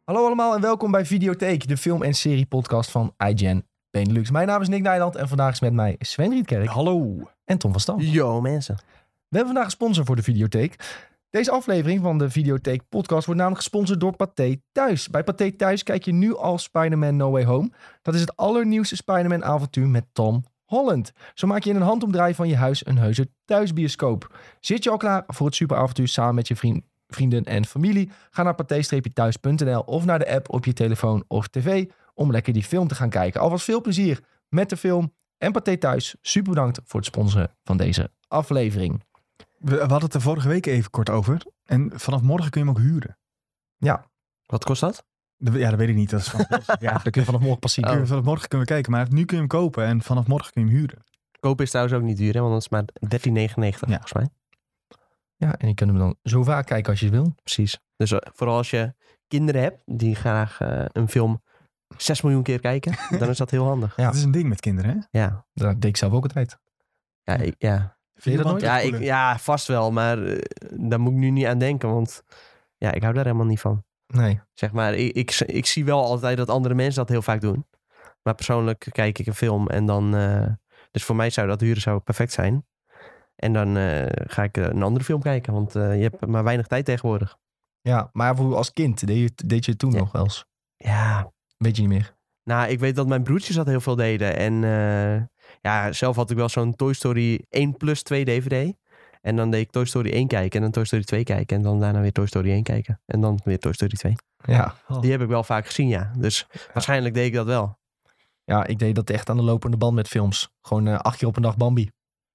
Hallo allemaal en welkom bij Videotheek, de film- en serie-podcast van IGN Benelux. Mijn naam is Nick Nijland en vandaag is met mij Sven Rietkerk. Hallo. En Tom van Stam. Yo mensen. We hebben vandaag een sponsor voor de Videotheek. Deze aflevering van de Videotheek podcast wordt namelijk gesponsord door Pathé Thuis. Bij Pathé Thuis kijk je nu al Spider-Man No Way Home. Dat is het allernieuwste Spider-Man avontuur met Tom Holland. Zo maak je in een handomdraai van je huis een heuse thuisbioscoop. Zit je al klaar voor het superavontuur samen met je vrienden en familie? Ga naar pathé-thuis.nl of naar de app op je telefoon of tv om lekker die film te gaan kijken. Alvast veel plezier met de film en Pathé Thuis. Super bedankt voor het sponsoren van deze aflevering. We hadden het er vorige week even kort over. En vanaf morgen kun je hem ook huren. Ja. Wat kost dat? Ja, dat weet ik niet. Dat is Ja, dan kun je vanaf morgen pas zien. Vanaf morgen kunnen we kijken. Maar nu kun je hem kopen en vanaf morgen kun je hem huren. Kopen is trouwens ook niet duur, hè? Want dat is maar $13,99 volgens mij. Ja, en je kunt hem dan zo vaak kijken als je wil. Precies. Dus vooral als je kinderen hebt die graag een film 6 miljoen keer kijken, dan is dat heel handig. Ja. Dat is een ding met kinderen, hè? Ja. Dat deed ik zelf ook altijd. Ja. Vind je dat nooit? Ja, vast wel, maar daar moet ik nu niet aan denken, want ja, ik hou daar helemaal niet van. Nee. Zeg maar, ik zie wel altijd dat andere mensen dat heel vaak doen. Maar persoonlijk kijk ik een film en dan... dus voor mij zou dat huren perfect zijn. En dan ga ik een andere film kijken, want je hebt maar weinig tijd tegenwoordig. Ja, maar als kind deed je het toen nog wel eens? Ja. Weet je niet meer? Nou, ik weet dat mijn broertjes dat heel veel deden. En zelf had ik wel zo'n Toy Story 1+2 DVD. En dan deed ik Toy Story 1 kijken en dan Toy Story 2 kijken. En dan daarna weer Toy Story 1 kijken. En dan weer Toy Story 2. Ja. Die heb ik wel vaak gezien, ja. Dus waarschijnlijk deed ik dat wel. Ja, ik deed dat echt aan de lopende band met films. Gewoon 8 keer op een dag Bambi.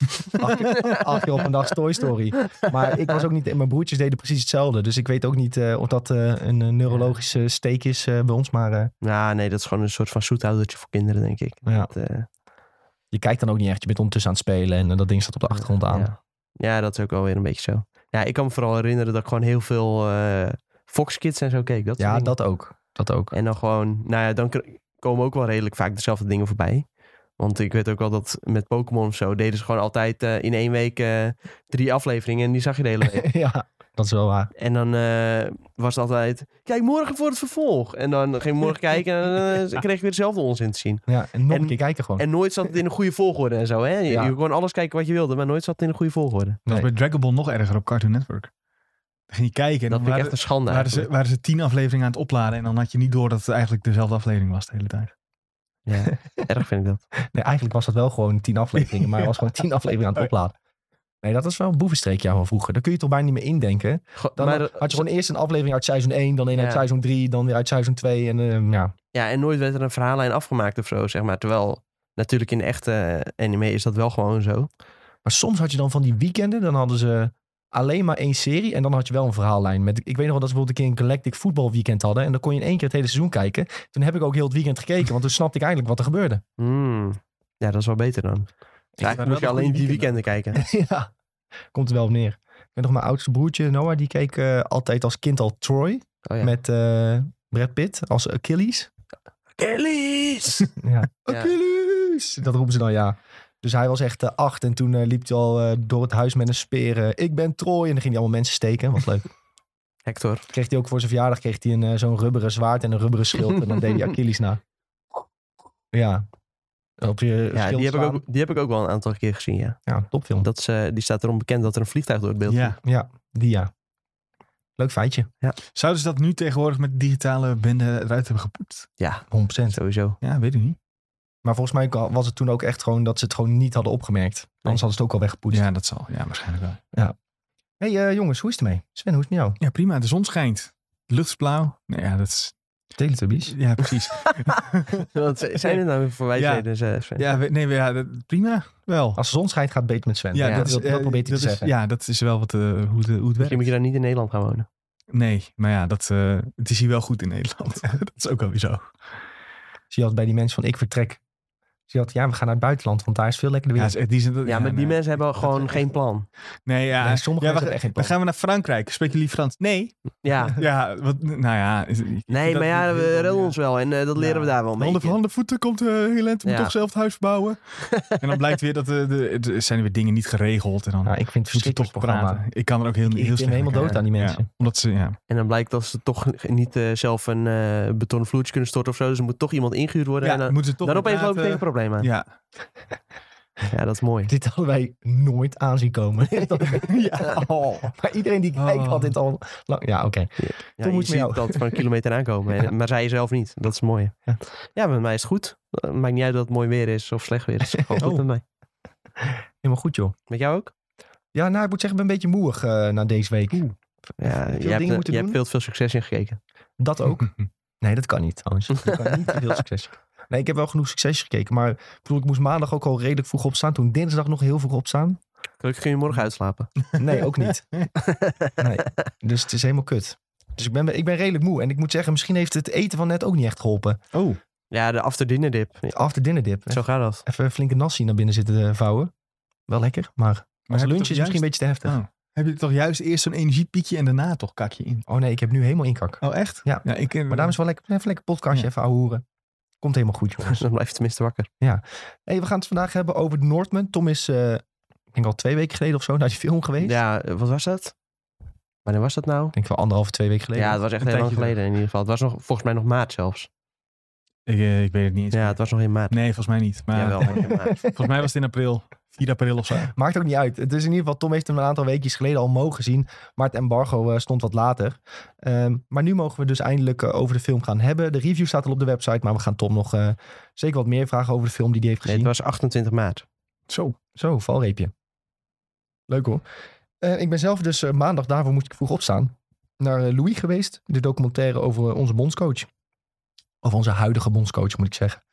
8 keer op een dag Toy Story. Maar ik was ook niet... Mijn broertjes deden precies hetzelfde. Dus ik weet ook niet of dat een neurologische steek is bij ons. Maar Ja, nee, dat is gewoon een soort van zoethoudertje voor kinderen, denk ik. ja. Dat, Je kijkt dan ook niet echt. Je bent ondertussen aan het spelen en dat ding staat op de achtergrond aan. Ja, dat is ook wel weer een beetje zo. Ja, ik kan me vooral herinneren dat ik gewoon heel veel Fox Kids en zo keek. Ja, dat ook. Dat ook. En dan gewoon, nou ja, dan komen ook wel redelijk vaak dezelfde dingen voorbij. Want ik weet ook wel dat met Pokémon of zo deden ze gewoon altijd in 1 week 3 afleveringen en die zag je de hele week. Ja, dat is wel waar. En dan was het altijd, kijk morgen voor het vervolg. En dan ging ik morgen kijken en dan kreeg ik weer dezelfde onzin te zien. Ja, en nog een keer kijken gewoon. En nooit zat het in een goede volgorde en zo. Hè? Je kon gewoon alles kijken wat je wilde, maar nooit zat het in een goede volgorde. Nee. Dat was bij Dragon Ball nog erger op Cartoon Network. Dan ging je kijken en Dat dan vind ik echt een schande. waren ze 10 afleveringen aan het opladen. En dan had je niet door dat het eigenlijk dezelfde aflevering was de hele tijd. Ja, erg vind ik dat. Nee, eigenlijk was dat wel gewoon 10 afleveringen. Maar het was gewoon 10 afleveringen aan het opladen. Nee, dat is wel een boevenstreekje van vroeger. Daar kun je toch bijna niet meer indenken. Dan had je gewoon eerst een aflevering uit seizoen 1, dan een uit seizoen 3, dan weer uit seizoen 2. En ja. Ja, en nooit werd er een verhaallijn afgemaakt of zo, zeg maar. Terwijl natuurlijk in de echte anime is dat wel gewoon zo. Maar soms had je dan van die weekenden, dan hadden ze alleen maar 1 serie en dan had je wel een verhaallijn. Ik weet nog wel dat ze bijvoorbeeld een keer een Galactic Football weekend hadden en dan kon je in 1 keer het hele seizoen kijken. Toen heb ik ook heel het weekend gekeken, want toen snapte ik eindelijk wat er gebeurde. Ja, dat is wel beter dan. Eigenlijk moet je alleen die weekenden kijken. Ja, komt er wel op neer. Ik weet nog mijn oudste broertje Noah, die keek altijd als kind al Troy met Brad Pitt als Achilles. Achilles! Ja. Achilles! Dat roepen ze dan, ja. Dus hij was echt 8 en toen liep hij al door het huis met een speer. Ik ben Troy. En dan ging hij allemaal mensen steken. Wat leuk. Hector. Kreeg hij ook voor zijn verjaardag zo'n rubberen zwaard en een rubberen schild. En dan deed hij Achilles na. Ja. Op je die heb ik ook wel een aantal keer gezien, ja. Ja, topfilm. Die staat erom bekend dat er een vliegtuig door het beeld ging. Ja, ja. Leuk feitje. Ja. Zouden ze dat nu tegenwoordig met digitale bende eruit hebben gepoetst? Ja, 100%. Sowieso. Ja, weet ik niet. Maar volgens mij was het toen ook echt gewoon dat ze het gewoon niet hadden opgemerkt. Anders hadden ze het ook al weggepoetst. Ja, dat zal. Ja, waarschijnlijk wel. Ja. Hey jongens, hoe is het ermee? Sven, hoe is het met jou? Ja, prima. De zon schijnt. De lucht is blauw. Nou ja, dat is... Teletubbies? Ja, precies. Wat zijn er nou voor wijsheden, Sven? Ja, prima. Wel. Als de zon schijnt, gaat het beter met Sven. Ja, dat probeert hij te zeggen. Ja, dat is wel hoe het werkt. Misschien moet je dan niet in Nederland gaan wonen. Nee, maar ja, het is hier wel goed in Nederland. Dat is ook alweer zo. Zie je altijd bij die mensen van ik vertrek. Dus je had, we gaan naar het buitenland, want daar is veel lekkerder weer. Ja, maar die mensen hebben gewoon geen plan. Nee, ja. Nee, sommige mensen hebben echt geen Dan plan. gaan we naar Frankrijk. Spreken jullie Frans? Nee. Ja. Ja, Nee, maar ja, we redden ons wel. En dat leren we daar wel mee. Handen, voeten komt Helent. Moet Ja. toch zelf het huis verbouwen. En dan blijkt weer dat er zijn weer dingen niet geregeld. En dan Nou, ik vind het moet je toch verschrikkelijk programma. praten. Ik kan er ook heel Ik ben slecht helemaal naar dood aan die kijken. mensen. Ja, omdat ze, ja. En dan blijkt dat ze toch niet zelf een betonnen vloertje kunnen storten of zo. Dus er moet toch iemand ingehuurd worden. Ja, en dan, moeten ze toch dan opeens loop ik inderdaad, tegen een probleem aan. Ja. Ja, dat is mooi. Dit hadden wij nooit aanzien komen. Ja. Oh. Maar iedereen die kijkt had dit al lang. Ja, oké. Ja, Toen je moet met ziet jou. dat van een kilometer aankomen. En, maar zij zelf niet. Dat is mooi. Ja. Ja, met mij is het goed. Maakt niet uit dat het mooi weer is of slecht weer. Het is gewoon goed met mij. Helemaal goed, joh. Met jou ook? Ja, nou, ik moet zeggen, ik ben een beetje moeig na deze week. Ja, Veel je dingen moeten hebt doen. veel te veel succes in gekeken. Dat ook. Nee, dat kan niet trouwens. Ik kan niet te veel succes. Nee, ik heb wel genoeg succes gekeken. Maar ik bedoel, ik moest maandag ook al redelijk vroeg opstaan. Toen dinsdag nog heel vroeg opstaan. Gelukkig kun je morgen uitslapen. Nee, ook niet. Nee. Dus het is helemaal kut. Dus ik ben redelijk moe. En ik moet zeggen, misschien heeft het eten van net ook niet echt geholpen. Oh. Ja, de after dinner dip. Ja, After dinner dip. zo gaat dat. Even een flinke nasi naar binnen zitten vouwen. Wel lekker, maar als heb je lunch toch is misschien een beetje te heftig. Oh. Heb je toch juist eerst zo'n energiepiekje en daarna toch kakje in? Oh nee, ik heb nu helemaal inkak. Oh, echt? Ja. Maar Maar daarom is wel lekker, even lekker podcastje, Ja. even ouwe hoeren. Komt helemaal goed, jongens. Dan blijf je tenminste wakker. Hey, we gaan het vandaag hebben over The Northman. Tom is, ik denk al 2 weken geleden of zo, naar die film geweest. Ja, wat was dat? Wanneer was dat nou? Ik denk wel 1,5, 2 weken geleden. Ja, het was echt Een heel lang tijdje geleden in ieder geval. Het was nog, volgens mij nog maart zelfs. Ik weet het niet eens. Ja, het was nog in maart. Nee, volgens mij niet. Maar Jawel, in maart. volgens mij was het in april. 4 april of zo. Maakt ook niet uit. Het is in ieder geval, Tom heeft hem een aantal weekjes geleden al mogen zien. Maar het embargo stond wat later. Maar nu mogen we dus eindelijk over de film gaan hebben. De review staat al op de website. Maar we gaan Tom nog zeker wat meer vragen over de film die hij heeft Nee, gezien. het was 28 maart. Zo, valreepje. Leuk hoor. Ik ben zelf dus maandag, daarvoor moest ik vroeg opstaan, naar Louis geweest. De documentaire over onze bondscoach. Of onze huidige bondscoach, moet ik zeggen.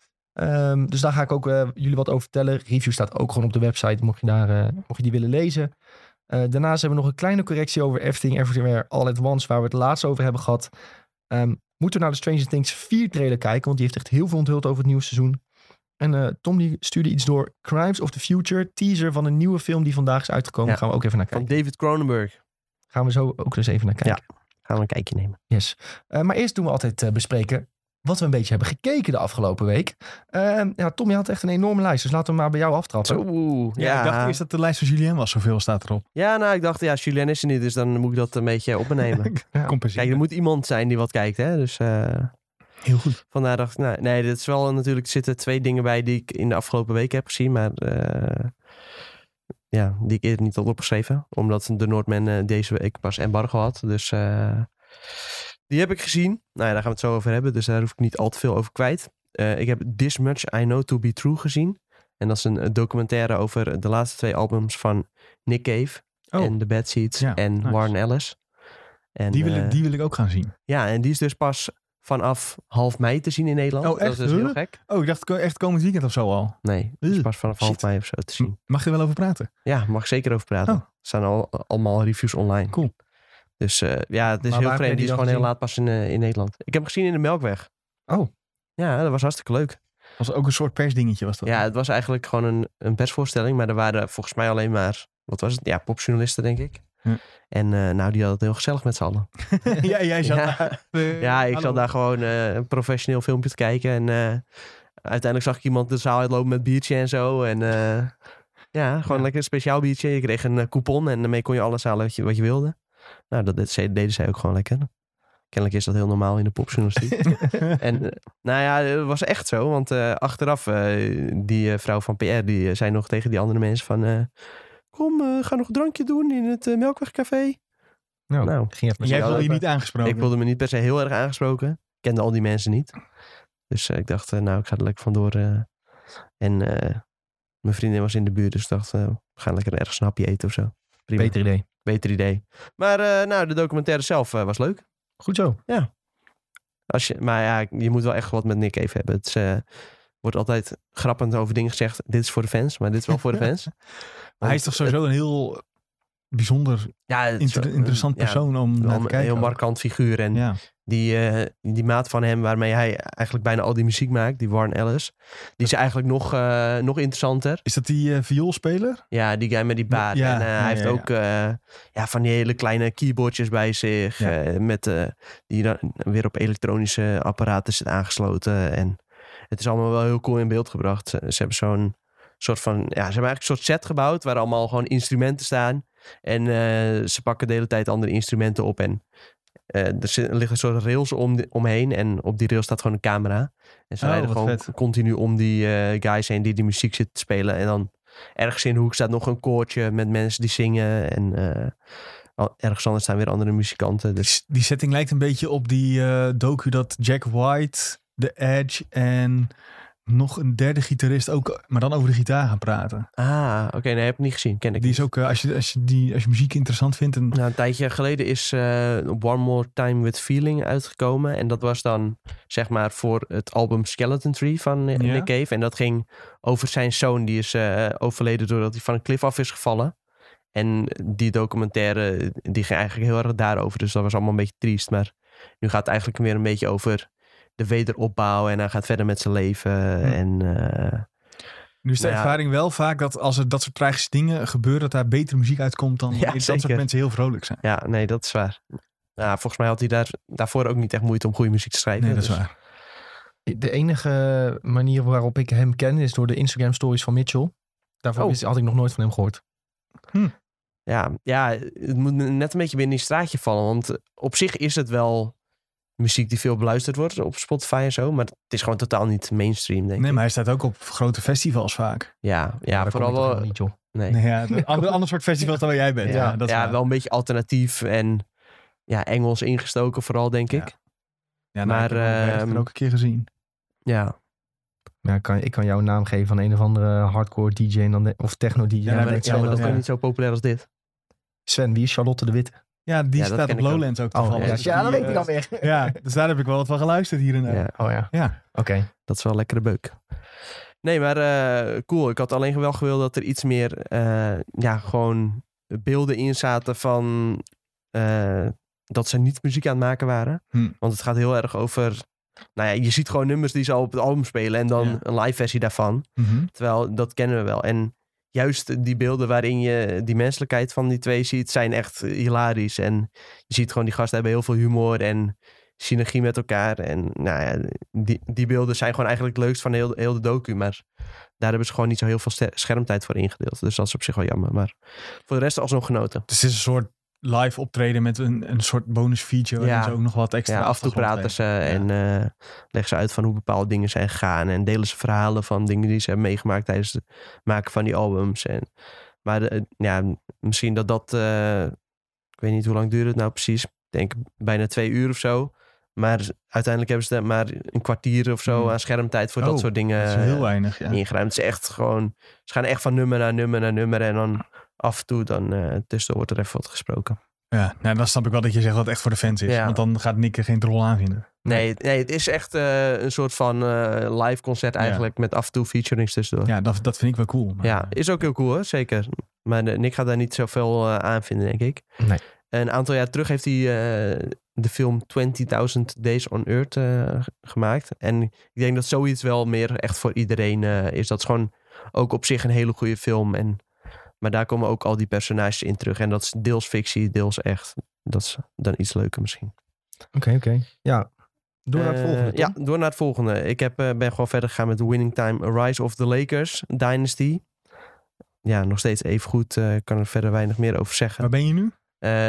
Dus daar ga ik ook jullie wat over vertellen. Review staat ook gewoon op de website, mocht je die willen lezen. Daarnaast hebben we nog een kleine correctie over Everywhere All at Once, waar we het laatst over hebben gehad. Moeten we naar de Stranger Things 4 trailer kijken, want die heeft echt heel veel onthuld over het nieuwe seizoen. En Tom die stuurde iets door. Crimes of the Future, teaser van een nieuwe film die vandaag is uitgekomen. Ja. Gaan we ook even naar Van kijken. David Cronenberg. Gaan we zo ook eens even naar kijken. Gaan we een kijkje nemen. Yes. Maar eerst doen we altijd bespreken wat we een beetje hebben gekeken de afgelopen week. Tom, je had echt een enorme lijst, dus laten we maar bij jou aftrappen. Zo, Ja, ik dacht eerst dat de lijst van Julien was. Zoveel staat erop. Ja, nou, ik dacht, ja, Julien is er niet, dus dan moet ik dat een beetje op me nemen. Ja. Compenseren. Kijk, er moet iemand zijn die wat kijkt, hè. Dus Heel goed. vandaar dacht ik, nou, nee, dit is wel natuurlijk, er zitten 2 dingen bij die ik in de afgelopen week heb gezien, maar ja, die ik eerder niet had opgeschreven. Omdat de Northman deze week pas embargo had. Dus die heb ik gezien. Nou ja, daar gaan we het zo over hebben. Dus daar hoef ik niet al te veel over kwijt. Ik heb This Much I Know To Be True gezien. En dat is een documentaire over de laatste 2 albums van Nick Cave. Oh. En The Bad Seeds Ja, en nice. Warren Ellis. En, Die wil ik ook gaan zien. ja, en die is dus pas vanaf half mei te zien in Nederland. Oh, echt? Dat is dus heel Huh? gek. Oh, ik dacht echt komend weekend of zo al. Nee, die is pas vanaf half Shit. mei of zo te zien. Mag je er wel over praten? Ja, mag ik zeker over praten. Oh. Er staan allemaal reviews online. Cool. Dus ja, het is Maar heel waar heb je vreemd. Die die is dan gewoon heel gezien? laat pas in Nederland. Ik heb hem gezien in de Melkweg. Oh. Ja, dat was hartstikke leuk. Was ook een soort persdingetje was dat. Ja, het was eigenlijk gewoon een persvoorstelling. Maar er waren volgens mij alleen maar, wat was het? Ja, popjournalisten denk ik. Ja. En nou, die hadden het heel gezellig met z'n allen. Ja, jij zat Ja. daar. Ja, ik Hallo. zat daar gewoon een professioneel filmpje te kijken. En uiteindelijk zag ik iemand de zaal uitlopen met biertje en zo. En ja, gewoon lekker een speciaal biertje. Je kreeg een coupon en daarmee kon je alles halen wat je wilde. Nou, dat deden zij ook gewoon lekker. Kennelijk is dat heel normaal in de popjournalistiek. En nou ja, het was echt zo. Want achteraf, die vrouw van PR, die zei nog tegen die andere mensen van... kom, ga nog een drankje doen in het Melkwegcafé. Nou, ging even Jij Ja, wilde je dat- niet aangesproken. ik voelde me niet per se heel erg aangesproken. Ik kende al die mensen niet. Dus ik dacht, nou, ik ga er lekker vandoor. En mijn vriendin was in de buurt, dus ik dacht, we gaan lekker ergens een hapje eten of zo. Prima. Beter idee. Maar nou, de documentaire zelf was leuk. Goed zo. Maar ja, je moet wel echt wat met Nick Cave hebben. Het wordt altijd grappend over dingen gezegd. Dit is voor de fans, maar dit is wel voor de fans. Maar hij is toch sowieso een heel bijzonder Ja, interessant persoon om naar te een kijken. heel ook. markant figuur. En Ja. die maat van hem waarmee hij eigenlijk bijna al die muziek maakt, die Warren Ellis, die is eigenlijk nog interessanter. Is dat die vioolspeler? Ja, die guy met die baard. Ja, En hij heeft ook van die hele kleine keyboardjes bij zich. Ja. Die dan weer op elektronische apparaten zit aangesloten. En het is allemaal wel heel cool in beeld gebracht. Ze hebben zo'n soort van... Ja, ze hebben eigenlijk een soort set gebouwd waar allemaal gewoon instrumenten staan. En ze pakken de hele tijd andere instrumenten op. En er liggen een soort rails omheen. En op die rails staat gewoon een camera. En ze rijden gewoon continu om die guys heen die muziek zitten te spelen. En dan ergens in de hoek staat nog een koortje met mensen die zingen. En ergens anders staan weer andere muzikanten. Dus Die setting lijkt een beetje op die docu dat Jack White, The Edge en nog een derde gitarist ook, maar dan over de gitaar gaan praten. Oké, nee, heb ik niet gezien. Ken ik die niet. is ook, als je muziek interessant vindt. Nou, een tijdje geleden is One More Time With Feeling uitgekomen. En dat was dan, zeg maar, voor het album Skeleton Tree van Nick Cave. En dat ging over zijn zoon. Die is overleden doordat hij van een klif af is gevallen. En die documentaire, die ging eigenlijk heel erg daarover. Dus dat was allemaal een beetje triest. Maar nu gaat het eigenlijk weer een beetje over de wederopbouw. En hij gaat verder met zijn leven. En nu is de ervaring wel vaak dat als er dat soort tragische dingen gebeuren, dat daar betere muziek uitkomt dan dat soort mensen heel vrolijk zijn. Ja, nee, dat is waar. Nou, volgens mij had hij daarvoor ook niet echt moeite om goede muziek te schrijven. Nee, dat is waar. De enige manier waarop ik hem ken is door de Instagram stories van Mitchell. Daarvoor had ik nog nooit van hem gehoord. Ja, het moet net een beetje binnen die straatje vallen. Want op zich is het wel muziek die veel beluisterd wordt op Spotify en zo. Maar het is gewoon totaal niet mainstream, denk ik. Nee, maar hij staat ook op grote festivals vaak. Ja, vooral wel niet, joh. Nee. Ander soort festivals dan waar jij bent. Ja, dat is wel een beetje alternatief en Engels ingestoken vooral, denk ik. Ja, maar ik heb hem ook een keer gezien. Ja. Ja, ik kan jouw naam geven van een of andere hardcore DJ of techno DJ. Maar dat is niet zo populair als dit. Sven, wie is Charlotte de Witte? Ja, die staat op Lowlands ook toevallig. Dat weet ik dan weer. Ja, dus daar heb ik wel wat van geluisterd hier en daar. Ja. Oké. Dat is wel een lekkere beuk. Nee, maar cool. Ik had alleen wel gewild dat er iets meer gewoon beelden in zaten van dat ze niet muziek aan het maken waren. Want het gaat heel erg over... Nou ja, je ziet gewoon nummers die ze al op het album spelen en dan een live versie daarvan. Terwijl, dat kennen we wel. En juist die beelden waarin je die menselijkheid van die twee ziet, zijn echt hilarisch. En je ziet gewoon, die gasten hebben heel veel humor en synergie met elkaar. En nou ja, die beelden zijn gewoon eigenlijk het leukst van heel de docu. Maar daar hebben ze gewoon niet zo heel veel schermtijd voor ingedeeld. Dus dat is op zich wel jammer. Maar voor de rest alsnog genoten. Dus het is een soort live optreden met een soort bonus feature. Waarin ze ook nog wat extra af en toe praten ze en leggen ze uit van hoe bepaalde dingen zijn gegaan. En delen ze verhalen van dingen die ze hebben meegemaakt tijdens het maken van die albums. Maar misschien dat ik weet niet hoe lang duurde het nou precies. Ik denk bijna 2 uur of zo. Maar uiteindelijk hebben ze maar een kwartier of zo aan schermtijd voor dat soort dingen. Dat is heel weinig, ingeruimd. Het is echt gewoon, ze gaan echt van nummer naar nummer naar nummer. En dan af en toe tussendoor wordt er even wat gesproken. Ja, nou, dan snap ik wel dat je zegt dat het echt voor de fans is. Want dan gaat Nick er geen rol aan vinden. Nee, het is echt een soort van live concert eigenlijk. Met af en toe featurings tussendoor. Ja, dat vind ik wel cool. Maar... Ja, is ook heel cool hoor, zeker. Maar Nick gaat daar niet zoveel aan vinden, denk ik. Nee. Een aantal jaar terug heeft hij de film 20.000 Days on Earth gemaakt. En ik denk dat zoiets wel meer echt voor iedereen is. Dat is gewoon ook op zich een hele goede film. Maar daar komen ook al die personages in terug. En dat is deels fictie, deels echt. Dat is dan iets leuker misschien. Oké. Ja. Door naar het volgende, Ja, door naar het volgende. Ik ben gewoon verder gegaan met Winning Time, Rise of the Lakers, Dynasty. Ja, nog steeds even goed. Ik kan er verder weinig meer over zeggen. Waar ben je nu?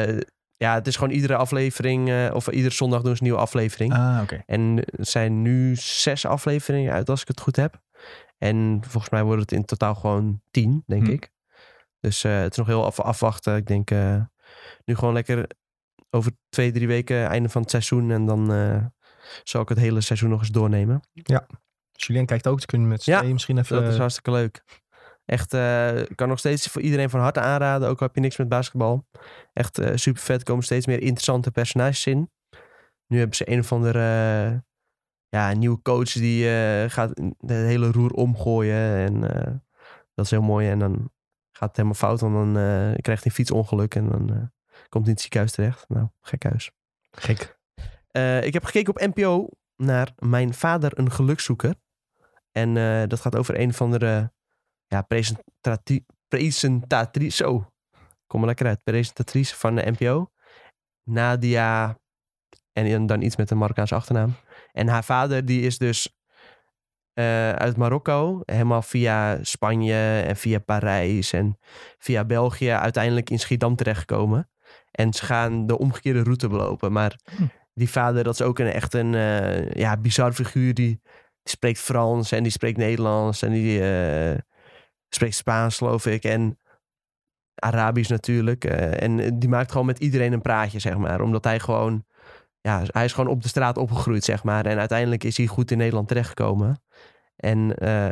Het is gewoon iedere aflevering, of iedere zondag doen ze een nieuwe aflevering. Oké. En er zijn nu 6 afleveringen uit, als ik het goed heb. En volgens mij wordt het in totaal gewoon 10, denk ik. Dus het is nog heel afwachten. Ik denk nu gewoon lekker over 2-3 weken einde van het seizoen. En dan zal ik het hele seizoen nog eens doornemen. Ja, Julien kijkt ook. Te kunnen met z'n tweeën misschien even... dat is hartstikke leuk. Echt, kan nog steeds voor iedereen van harte aanraden. Ook al heb je niks met basketbal. Echt super vet. Er komen steeds meer interessante personages in. Nu hebben ze een of andere nieuwe coach die gaat de hele roer omgooien. En dat is heel mooi. En dan gaat het helemaal fout. Want dan krijgt hij een fietsongeluk en dan komt hij in het ziekenhuis terecht. Nou, gek huis. Gek. Ik heb gekeken op NPO naar Mijn Vader een Gelukzoeker. En dat gaat over een van de presentatrice. Zo, kom er lekker uit. Presentatrice van de NPO. Nadia. En dan iets met een Marokkaanse achternaam. En haar vader die is dus uit Marokko. Helemaal via Spanje en via Parijs en via België. Uiteindelijk in Schiedam terechtgekomen. En ze gaan de omgekeerde route belopen. Maar die vader, dat is ook echt een bizar figuur. Die spreekt Frans en die spreekt Nederlands. En die spreekt Spaans, geloof ik. En Arabisch natuurlijk. En die maakt gewoon met iedereen een praatje, zeg maar. Omdat hij gewoon... Ja, hij is gewoon op de straat opgegroeid, zeg maar. En uiteindelijk is hij goed in Nederland terechtgekomen. En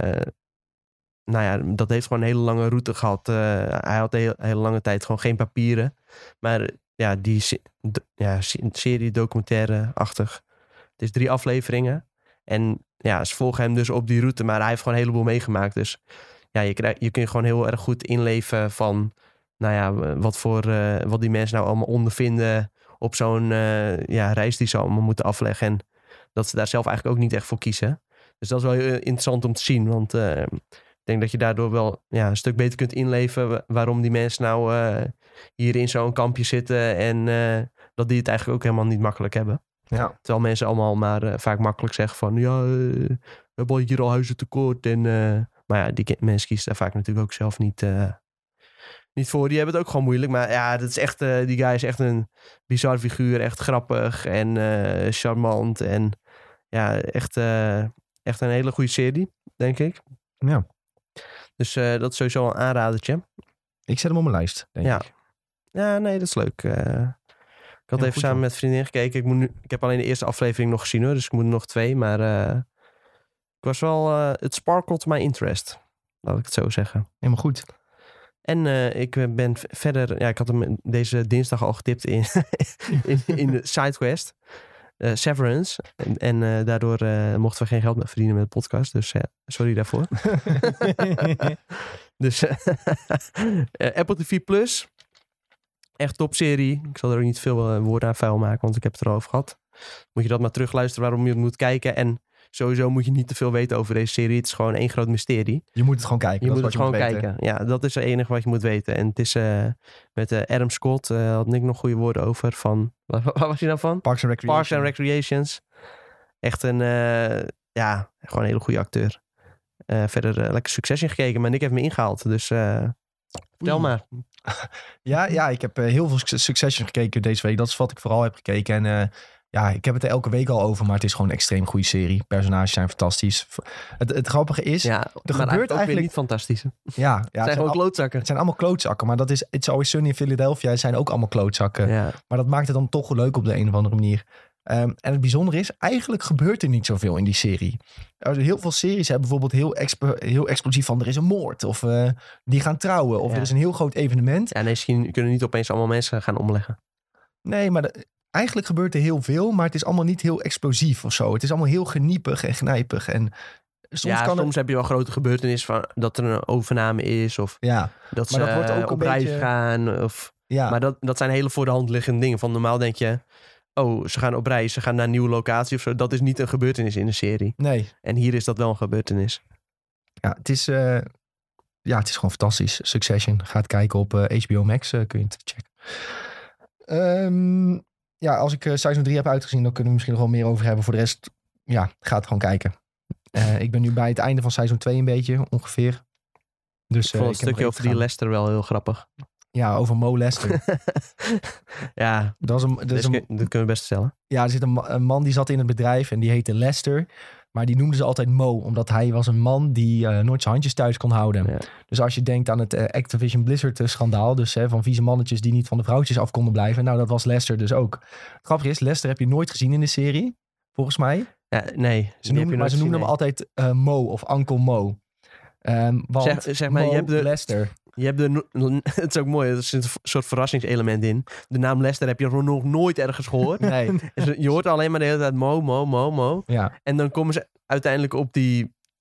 dat heeft gewoon een hele lange route gehad. Hij had de hele lange tijd gewoon geen papieren. Maar ja, die serie documentaire-achtig. Het is 3 afleveringen. En ja, ze volgen hem dus op die route. Maar hij heeft gewoon een heleboel meegemaakt. Dus ja, je kunt gewoon heel erg goed inleven van... wat die mensen nou allemaal ondervinden... op zo'n reis die ze allemaal moeten afleggen. En dat ze daar zelf eigenlijk ook niet echt voor kiezen. Dus dat is wel heel interessant om te zien. Want ik denk dat je daardoor wel een stuk beter kunt inleven... waarom die mensen nou hier in zo'n kampje zitten... en dat die het eigenlijk ook helemaal niet makkelijk hebben. Ja. Terwijl mensen allemaal maar vaak makkelijk zeggen van... we hebben hier al huizen tekort. Maar ja, die mensen kiezen daar vaak natuurlijk ook zelf niet voor. Die hebben het ook gewoon moeilijk. Maar ja, dat is echt, die guy is echt een bizar figuur. Echt grappig en charmant. En ja, echt een hele goede serie, denk ik. Ja. Dus dat is sowieso een aanradertje. Ik zet hem op mijn lijst, denk ik. Ja, nee, dat is leuk. Ik had even samen met vriendin gekeken. Ik heb alleen de eerste aflevering nog gezien hoor. Dus ik moet er nog 2. Maar ik was wel... het sparkled my interest. Laat ik het zo zeggen. Helemaal goed. En ik ben verder... Ja, ik had hem deze dinsdag al getipt in de SideQuest. Severance. En daardoor mochten we geen geld meer verdienen met de podcast. Dus sorry daarvoor. Dus Apple TV Plus. Echt topserie. Ik zal er ook niet veel woorden aan vuil maken, want ik heb het erover gehad. Moet je dat maar terugluisteren waarom je het moet kijken. En sowieso moet je niet te veel weten over deze serie. Het is gewoon één groot mysterie. Je moet het gewoon kijken. Je moet het gewoon kijken. Ja, dat is het enige wat je moet weten. En het is met Adam Scott, had ik nog goede woorden over. Van, waar was hij nou van? Parks and Recreations. Echt een, gewoon een hele goede acteur. Verder lekker Succession gekeken, maar Nick heeft me ingehaald. Dus vertel maar. Ja, ik heb heel veel Succession gekeken deze week. Dat is wat ik vooral heb gekeken. En ik heb het er elke week al over, maar het is gewoon een extreem goede serie. Personages zijn fantastisch. Het grappige is, er gebeurt eigenlijk niet fantastisch. Ja, het zijn gewoon klootzakken. Het zijn allemaal klootzakken, maar dat is It's Always Sunny in Philadelphia. Het zijn ook allemaal klootzakken. Ja. Maar dat maakt het dan toch leuk op de een of andere manier. En het bijzondere is, eigenlijk gebeurt er niet zoveel in die serie. Heel veel series hebben bijvoorbeeld heel explosief van... er is een moord, of die gaan trouwen, of er is een heel groot evenement. Ja, nee, misschien kunnen niet opeens allemaal mensen gaan omleggen. Nee, maar eigenlijk gebeurt er heel veel, maar het is allemaal niet heel explosief of zo. Het is allemaal heel geniepig en knijpig. En soms heb je wel grote gebeurtenissen van dat er een overname is, of dat ze wordt ook op reis gaan. Of, maar dat zijn hele voor de hand liggende dingen. Van normaal denk je... ze gaan op reis, ze gaan naar een nieuwe locatie of zo. Dat is niet een gebeurtenis in de serie. Nee. En hier is dat wel een gebeurtenis. Ja, het is gewoon fantastisch. Succession. Ga het kijken op HBO Max. Kun je het checken. Als ik seizoen 3 heb uitgezien, dan kunnen we misschien nog wel meer over hebben. Voor de rest, ga het gewoon kijken. Ik ben nu bij het einde van seizoen 2 een beetje, ongeveer. Dus, ik vond het stukje over die Lester wel heel grappig. Ja, over Mo Lester. Ja, dat kunnen we best stellen. Ja, er zit een man die zat in het bedrijf en die heette Lester. Maar die noemden ze altijd Mo, omdat hij was een man die nooit zijn handjes thuis kon houden. Ja. Dus als je denkt aan het Activision Blizzard schandaal, dus van vieze mannetjes die niet van de vrouwtjes af konden blijven. Nou, dat was Lester dus ook. Het grappige is, Lester heb je nooit gezien in de serie, volgens mij. Ja, nee. Ze noemden hem altijd Mo of Uncle Mo. Want zeg maar, Mo, je hebt Lester... het is ook mooi, er zit een soort verrassingselement in. De naam Lester heb je nog nooit ergens gehoord. Nee. Je hoort alleen maar de hele tijd Mo. Ja. En dan komen ze uiteindelijk op die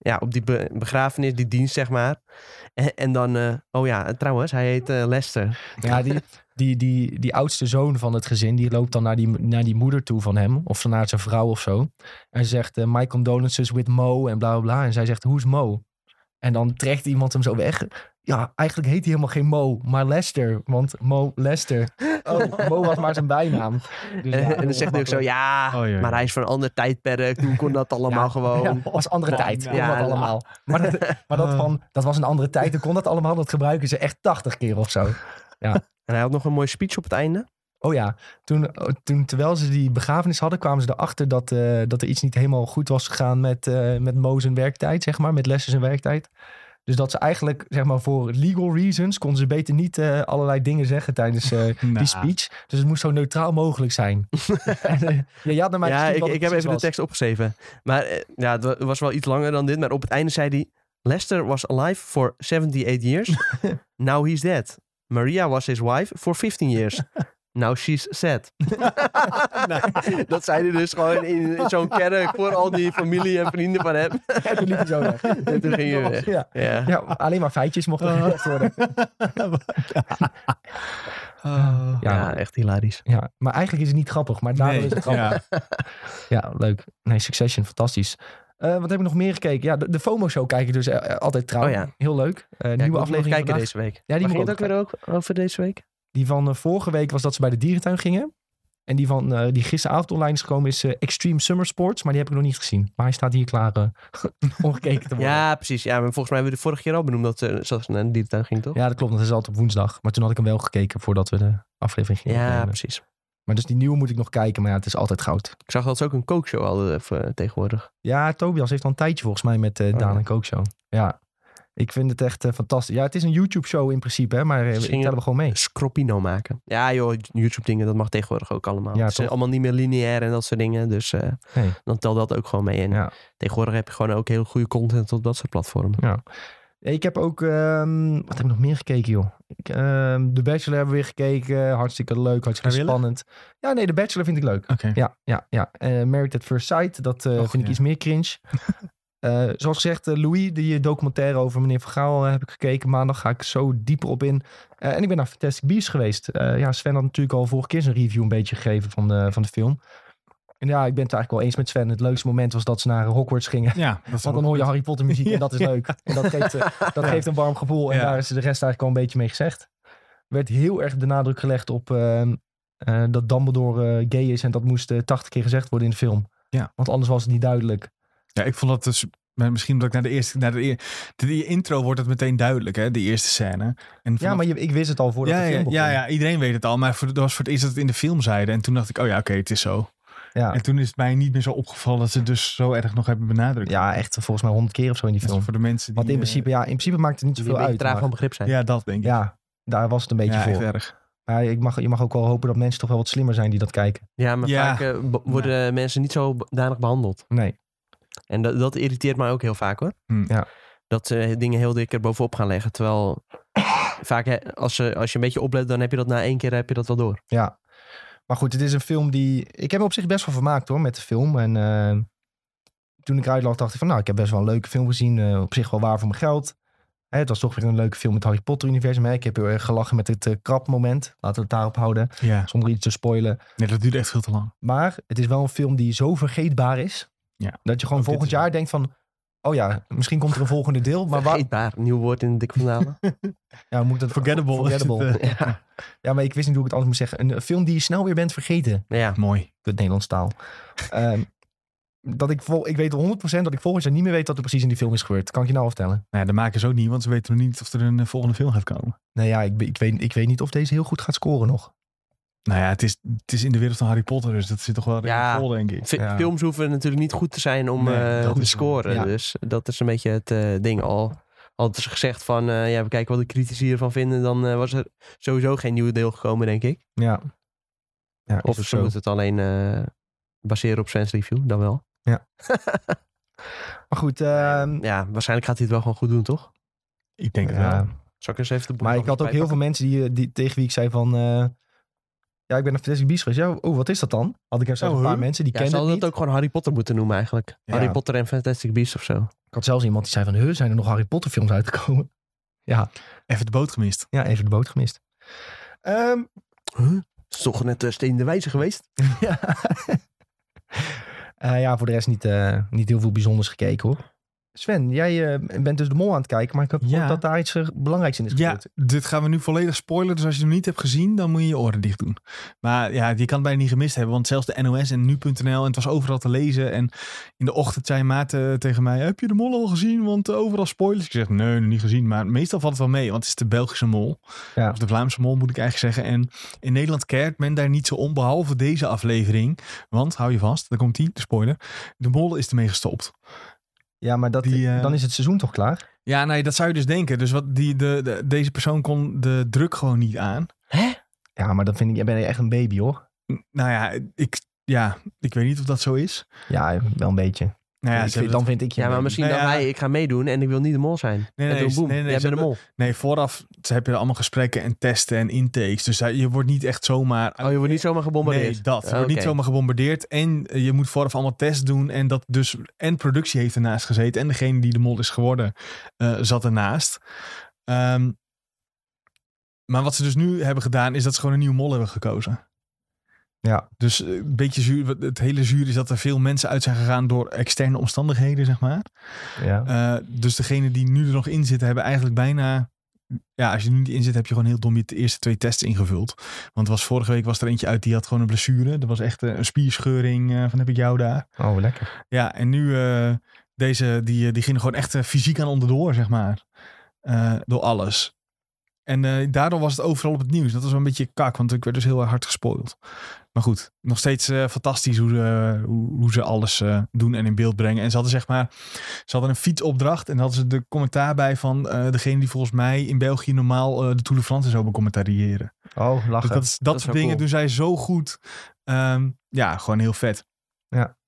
op die begrafenis, die dienst, zeg maar. En dan, trouwens, hij heet Lester. Ja, die oudste zoon van het gezin, die loopt dan naar die moeder toe van hem. Of naar zijn vrouw of zo. En ze zegt, my condolences with Mo en bla bla bla. En zij zegt, who's Mo? En dan trekt iemand hem zo weg. Ja, eigenlijk heet hij helemaal geen Mo, maar Lester. Want Mo Lester. Oh, Mo was maar zijn bijnaam. Dus En dan zegt hij ook zo, maar hij is van een ander tijdperk. Toen kon dat allemaal gewoon. Ja, was andere tijd. Kon Ja, dat allemaal. Maar dat was een andere tijd. Toen kon dat allemaal. Dat gebruiken ze echt 80 keer of zo. Ja. En hij had nog een mooie speech op het einde. Oh ja, toen terwijl ze die begrafenis hadden, kwamen ze erachter dat er iets niet helemaal goed was gegaan met Mo zijn werktijd, zeg maar, met Lester zijn werktijd. Dus dat ze eigenlijk, zeg maar, voor legal reasons konden ze beter niet allerlei dingen zeggen tijdens die speech. Dus het moest zo neutraal mogelijk zijn. Je had naar mij gestuurd wat het ik heb even was. de tekst opgeschreven. Maar het was wel iets langer dan dit. Maar op het einde zei hij, Lester was alive for 78 years. Now he's dead. Maria was his wife for 15 years. Now she's sad. Dat zei hij dus gewoon in zo'n kerk voor al die familie en vrienden van hem. En toen liep hij zo weg. En toen ging hij weg. Ja, alleen maar feitjes mochten gezegd worden. Ja, echt hilarisch. Ja, maar eigenlijk is het niet grappig, maar daarom is het grappig. Ja, leuk. Nee, Succession, fantastisch. Wat heb ik nog meer gekeken? Ja, de FOMO-show kijk ik dus altijd trouw. Oh ja. Heel leuk. Nieuwe aflevering kijken vandaag. deze week. Ja, die Waar moet ging ik het ook weer over deze week? Die van vorige week was dat ze bij de dierentuin gingen. En die van die gisteravond online is gekomen is Extreme Summer Sports. Maar die heb ik nog niet gezien. Maar hij staat hier klaar om gekeken te worden. Ja, precies. Ja, maar volgens mij hebben we de vorige keer al benoemd dat ze naar de dierentuin ging, toch? Ja, dat klopt. Dat is altijd op woensdag. Maar toen had ik hem wel gekeken voordat we de aflevering gingen Ja, opnemen. precies. Maar dus die nieuwe moet ik nog kijken. Maar ja, het is altijd goud. Ik zag dat ze ook een kookshow hadden tegenwoordig. Ja, Tobias heeft al een tijdje volgens mij met Daan en Kookshow. Ja, ik vind het echt fantastisch. Ja, het is een YouTube-show in principe, hè, maar ik tellen we gewoon mee. Scroppino maken. Ja joh, YouTube-dingen, dat mag tegenwoordig ook allemaal. Ja, het is toch? allemaal niet meer lineair en dat soort dingen. Dus Nee. dan telt dat ook gewoon mee. En tegenwoordig heb je gewoon ook heel goede content op dat soort platformen. Ja. Ik heb ook, wat heb ik nog meer gekeken, joh? The Bachelor hebben we weer gekeken. Hartstikke leuk, hartstikke spannend. Ja, nee, The Bachelor vind ik leuk. Oké. Ja. Married at First Sight, dat vind ik iets meer cringe. Zoals gezegd, Louis, die documentaire over meneer Van Gaal heb ik gekeken. Maandag ga ik zo dieper op in. En ik ben naar Fantastic Beasts geweest. Sven had natuurlijk al vorige keer zijn review een beetje gegeven van de film. En ja, ik ben het eigenlijk wel eens met Sven. Het leukste moment was dat ze naar Hogwarts gingen. Ja, Want dan hoor je Harry Potter muziek en dat is leuk. En dat geeft een warm gevoel. En daar is de rest eigenlijk al een beetje mee gezegd. Er werd heel erg de nadruk gelegd op dat Dumbledore gay is. En dat moest 80 keer gezegd worden in de film. Ja. Want anders was het niet duidelijk. Ja, ik vond dat dus... Maar misschien omdat ik de intro wordt het meteen duidelijk, hè? Die eerste scène. En maar ik wist het al voordat de film begon. Ja, iedereen weet het al. Maar dat was voor het eerst dat het in de film zeiden. En toen dacht ik, oké, het is zo. Ja. En toen is het mij niet meer zo opgevallen dat ze het dus zo erg nog hebben benadrukt. Ja, echt volgens mij 100 keer of zo in die film. Voor de mensen die, Want in principe maakt het niet zoveel uit. traag van begrip zijn. Ja, dat denk ik. Ja, daar was het een beetje voor. Echt erg. Ja, je mag ook wel hopen dat mensen toch wel wat slimmer zijn die dat kijken. Ja, maar vaak worden mensen niet zo danig behandeld. Nee. En dat irriteert mij ook heel vaak, hoor. Ja. Dat dingen heel dikker bovenop gaan leggen. Terwijl vaak, als je een beetje oplet, dan heb je dat na 1 keer heb je dat wel door. Ja. Maar goed, het is een film die... Ik heb me op zich best wel vermaakt, hoor, met de film. En toen ik eruit lag, dacht ik van... ik heb best wel een leuke film gezien. Op zich wel waar voor mijn geld. Het was toch weer een leuke film met het Harry Potter-universum. Ik heb heel erg gelachen met het krabmoment. Laten we het daarop houden. Ja. Zonder iets te spoilen. Nee, dat duurt echt veel te lang. Maar het is wel een film die zo vergeetbaar is... dat je gewoon volgend jaar denkt van... oh ja, misschien komt er een volgende deel. Maar vergeetbaar, nieuw woord in de Dik van Dalen. Ja, moet dat Forgettable. Ja, maar ik wist niet hoe ik het anders moet zeggen. Een film die je snel weer bent vergeten. Ja, mooi. Het Nederlands taal. Ik weet 100% dat ik volgend jaar niet meer weet wat er precies in die film is gebeurd. Kan ik je nou vertellen? Nou ja, dat maken ze ook niet, want ze weten nog niet of er een volgende film gaat komen. Nee, ja, ik weet niet of deze heel goed gaat scoren nog. Nou ja, het is in de wereld van Harry Potter, dus dat zit toch wel vol, denk ik. Films hoeven natuurlijk niet goed te zijn om te scoren. Ja. Dus dat is een beetje het ding al. Had ze gezegd van, we kijken wat de critici ervan vinden, dan was er sowieso geen nieuwe deel gekomen, denk ik. Ja. Of ze moeten het alleen baseren op Sven's review, dan wel. Ja. Maar goed. Waarschijnlijk gaat hij het wel gewoon goed doen, toch? Ik denk het wel. Zal ik eens even de maar ik had ook heel veel mensen die tegen wie ik zei van... ik ben naar Fantastic Beasts geweest. Ja, wat is dat dan? Had ik er zo een paar mensen die kenden het niet. Ze hadden het ook gewoon Harry Potter moeten noemen eigenlijk. Ja. Harry Potter en Fantastic Beasts of zo. Ik had zelfs iemand die zei van, zijn er nog Harry Potter films uitgekomen? Ja, Even de boot gemist. ja, even de boot gemist. Het is toch net Steen de Wijze geweest? Ja. Ja, voor de rest niet heel veel bijzonders gekeken hoor. Sven, jij bent dus de Mol aan het kijken, maar ik heb gehoord dat daar iets belangrijks in is Ja, gebeurd. dit gaan we nu volledig spoilen. Dus als je hem niet hebt gezien, dan moet je je oren dicht doen. Maar ja, je kan het bijna niet gemist hebben. Want zelfs de NOS en nu.nl, en het was overal te lezen. En in de ochtend zei maat tegen mij, heb je de Mol al gezien? Want overal spoilers. Ik zeg, nee, nog niet gezien. Maar meestal valt het wel mee, want het is de Belgische Mol. Ja. Of de Vlaamse Mol, moet ik eigenlijk zeggen. En in Nederland keert men daar niet zo om, behalve deze aflevering. Want, hou je vast, daar komt-ie, de spoiler. De Mol is ermee gestopt. Ja, maar dan is het seizoen toch klaar? Ja, nee, dat zou je dus denken. Dus deze persoon kon de druk gewoon niet aan. Hè? Ja, maar dat vind ik, jij bent echt een baby hoor. Nou ja, ik weet niet of dat zo is. Ja, wel een beetje. Nou ja, Dan vind ik je Ja, maar baby. misschien Nou dacht ja. hij, ik ga meedoen en ik wil niet de Mol zijn. Nee, en toen boem, jij bent de Mol. Nee, vooraf heb je allemaal gesprekken en testen en intakes. Dus je wordt niet echt zomaar... Oh, je wordt niet zomaar gebombardeerd? Nee, dat. Je wordt niet zomaar gebombardeerd. En je moet vooraf allemaal tests doen. En dat dus... En productie heeft ernaast gezeten. En degene die de Mol is geworden, zat ernaast. Maar wat ze dus nu hebben gedaan, is dat ze gewoon een nieuwe Mol hebben gekozen. Ja. Dus een beetje zuur. Het hele zuur is dat er veel mensen uit zijn gegaan door externe omstandigheden, zeg maar. Ja. Dus degene die nu er nog in zitten, hebben eigenlijk bijna... Ja, als je er nu niet in zit, heb je gewoon heel dom je eerste 2 tests ingevuld. Want vorige week was er eentje uit, die had gewoon een blessure. Dat was echt een spierscheuring van heb ik jou daar. Oh, lekker. Ja, en nu deze, die gingen gewoon echt fysiek aan onderdoor, zeg maar. Door alles. En daardoor was het overal op het nieuws. Dat was wel een beetje kak, want ik werd dus heel hard gespoild. Maar goed, nog steeds fantastisch hoe ze alles doen en in beeld brengen. En ze hadden een fietsopdracht en hadden ze de commentaar bij van degene die volgens mij in België normaal de Tour de France zou becommentariëren. Oh, lachen. Dus dat soort dingen doen zij zo goed. Ja, gewoon heel vet. Ja.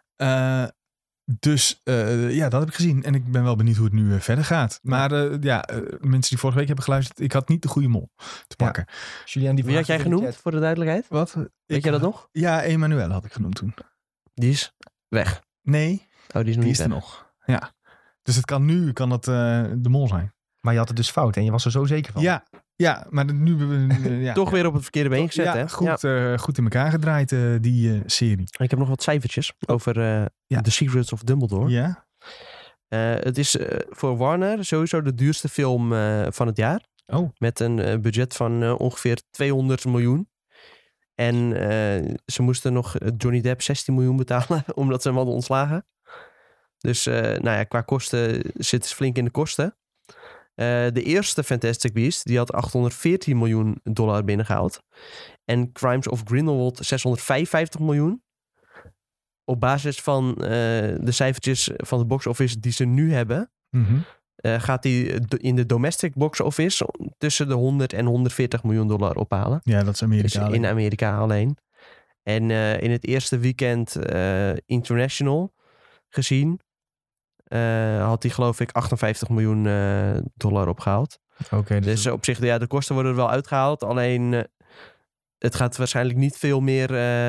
Dus dat heb ik gezien. En ik ben wel benieuwd hoe het nu verder gaat. Maar mensen die vorige week hebben geluisterd, ik had niet de goede Mol te pakken. Julian, Wie had jij genoemd, voor de duidelijkheid? Wat? Weet jij dat nog? Ja, Emanuelle had ik genoemd toen. Die is weg. Nee, Oh, die is nog die niet is er weg. nog. Ja. Dus het kan nu de Mol zijn. Maar je had het dus fout en je was er zo zeker van. Ja, maar nu... Toch weer op het verkeerde been gezet, hè? Goed in elkaar gedraaid, die serie. Ik heb nog wat cijfertjes over The Secrets of Dumbledore. Ja? Het is voor Warner sowieso de duurste film van het jaar. Oh. Met een budget van ongeveer 200 miljoen. En ze moesten nog Johnny Depp 16 miljoen betalen, omdat ze hem hadden ontslagen. Dus qua kosten zitten ze flink in de kosten. De eerste Fantastic Beasts, die had $814 miljoen binnengehaald. En Crimes of Grindelwald 655 miljoen. Op basis van de cijfertjes van de box office die ze nu hebben, gaat die in de domestic box office tussen de 100 en 140 miljoen dollar ophalen. Ja, dat is Amerika. Dus in Amerika alleen. En in het eerste weekend international gezien had hij geloof ik 58 miljoen dollar opgehaald. Oké, dus op zich, de kosten worden er wel uitgehaald. Alleen het gaat waarschijnlijk niet veel meer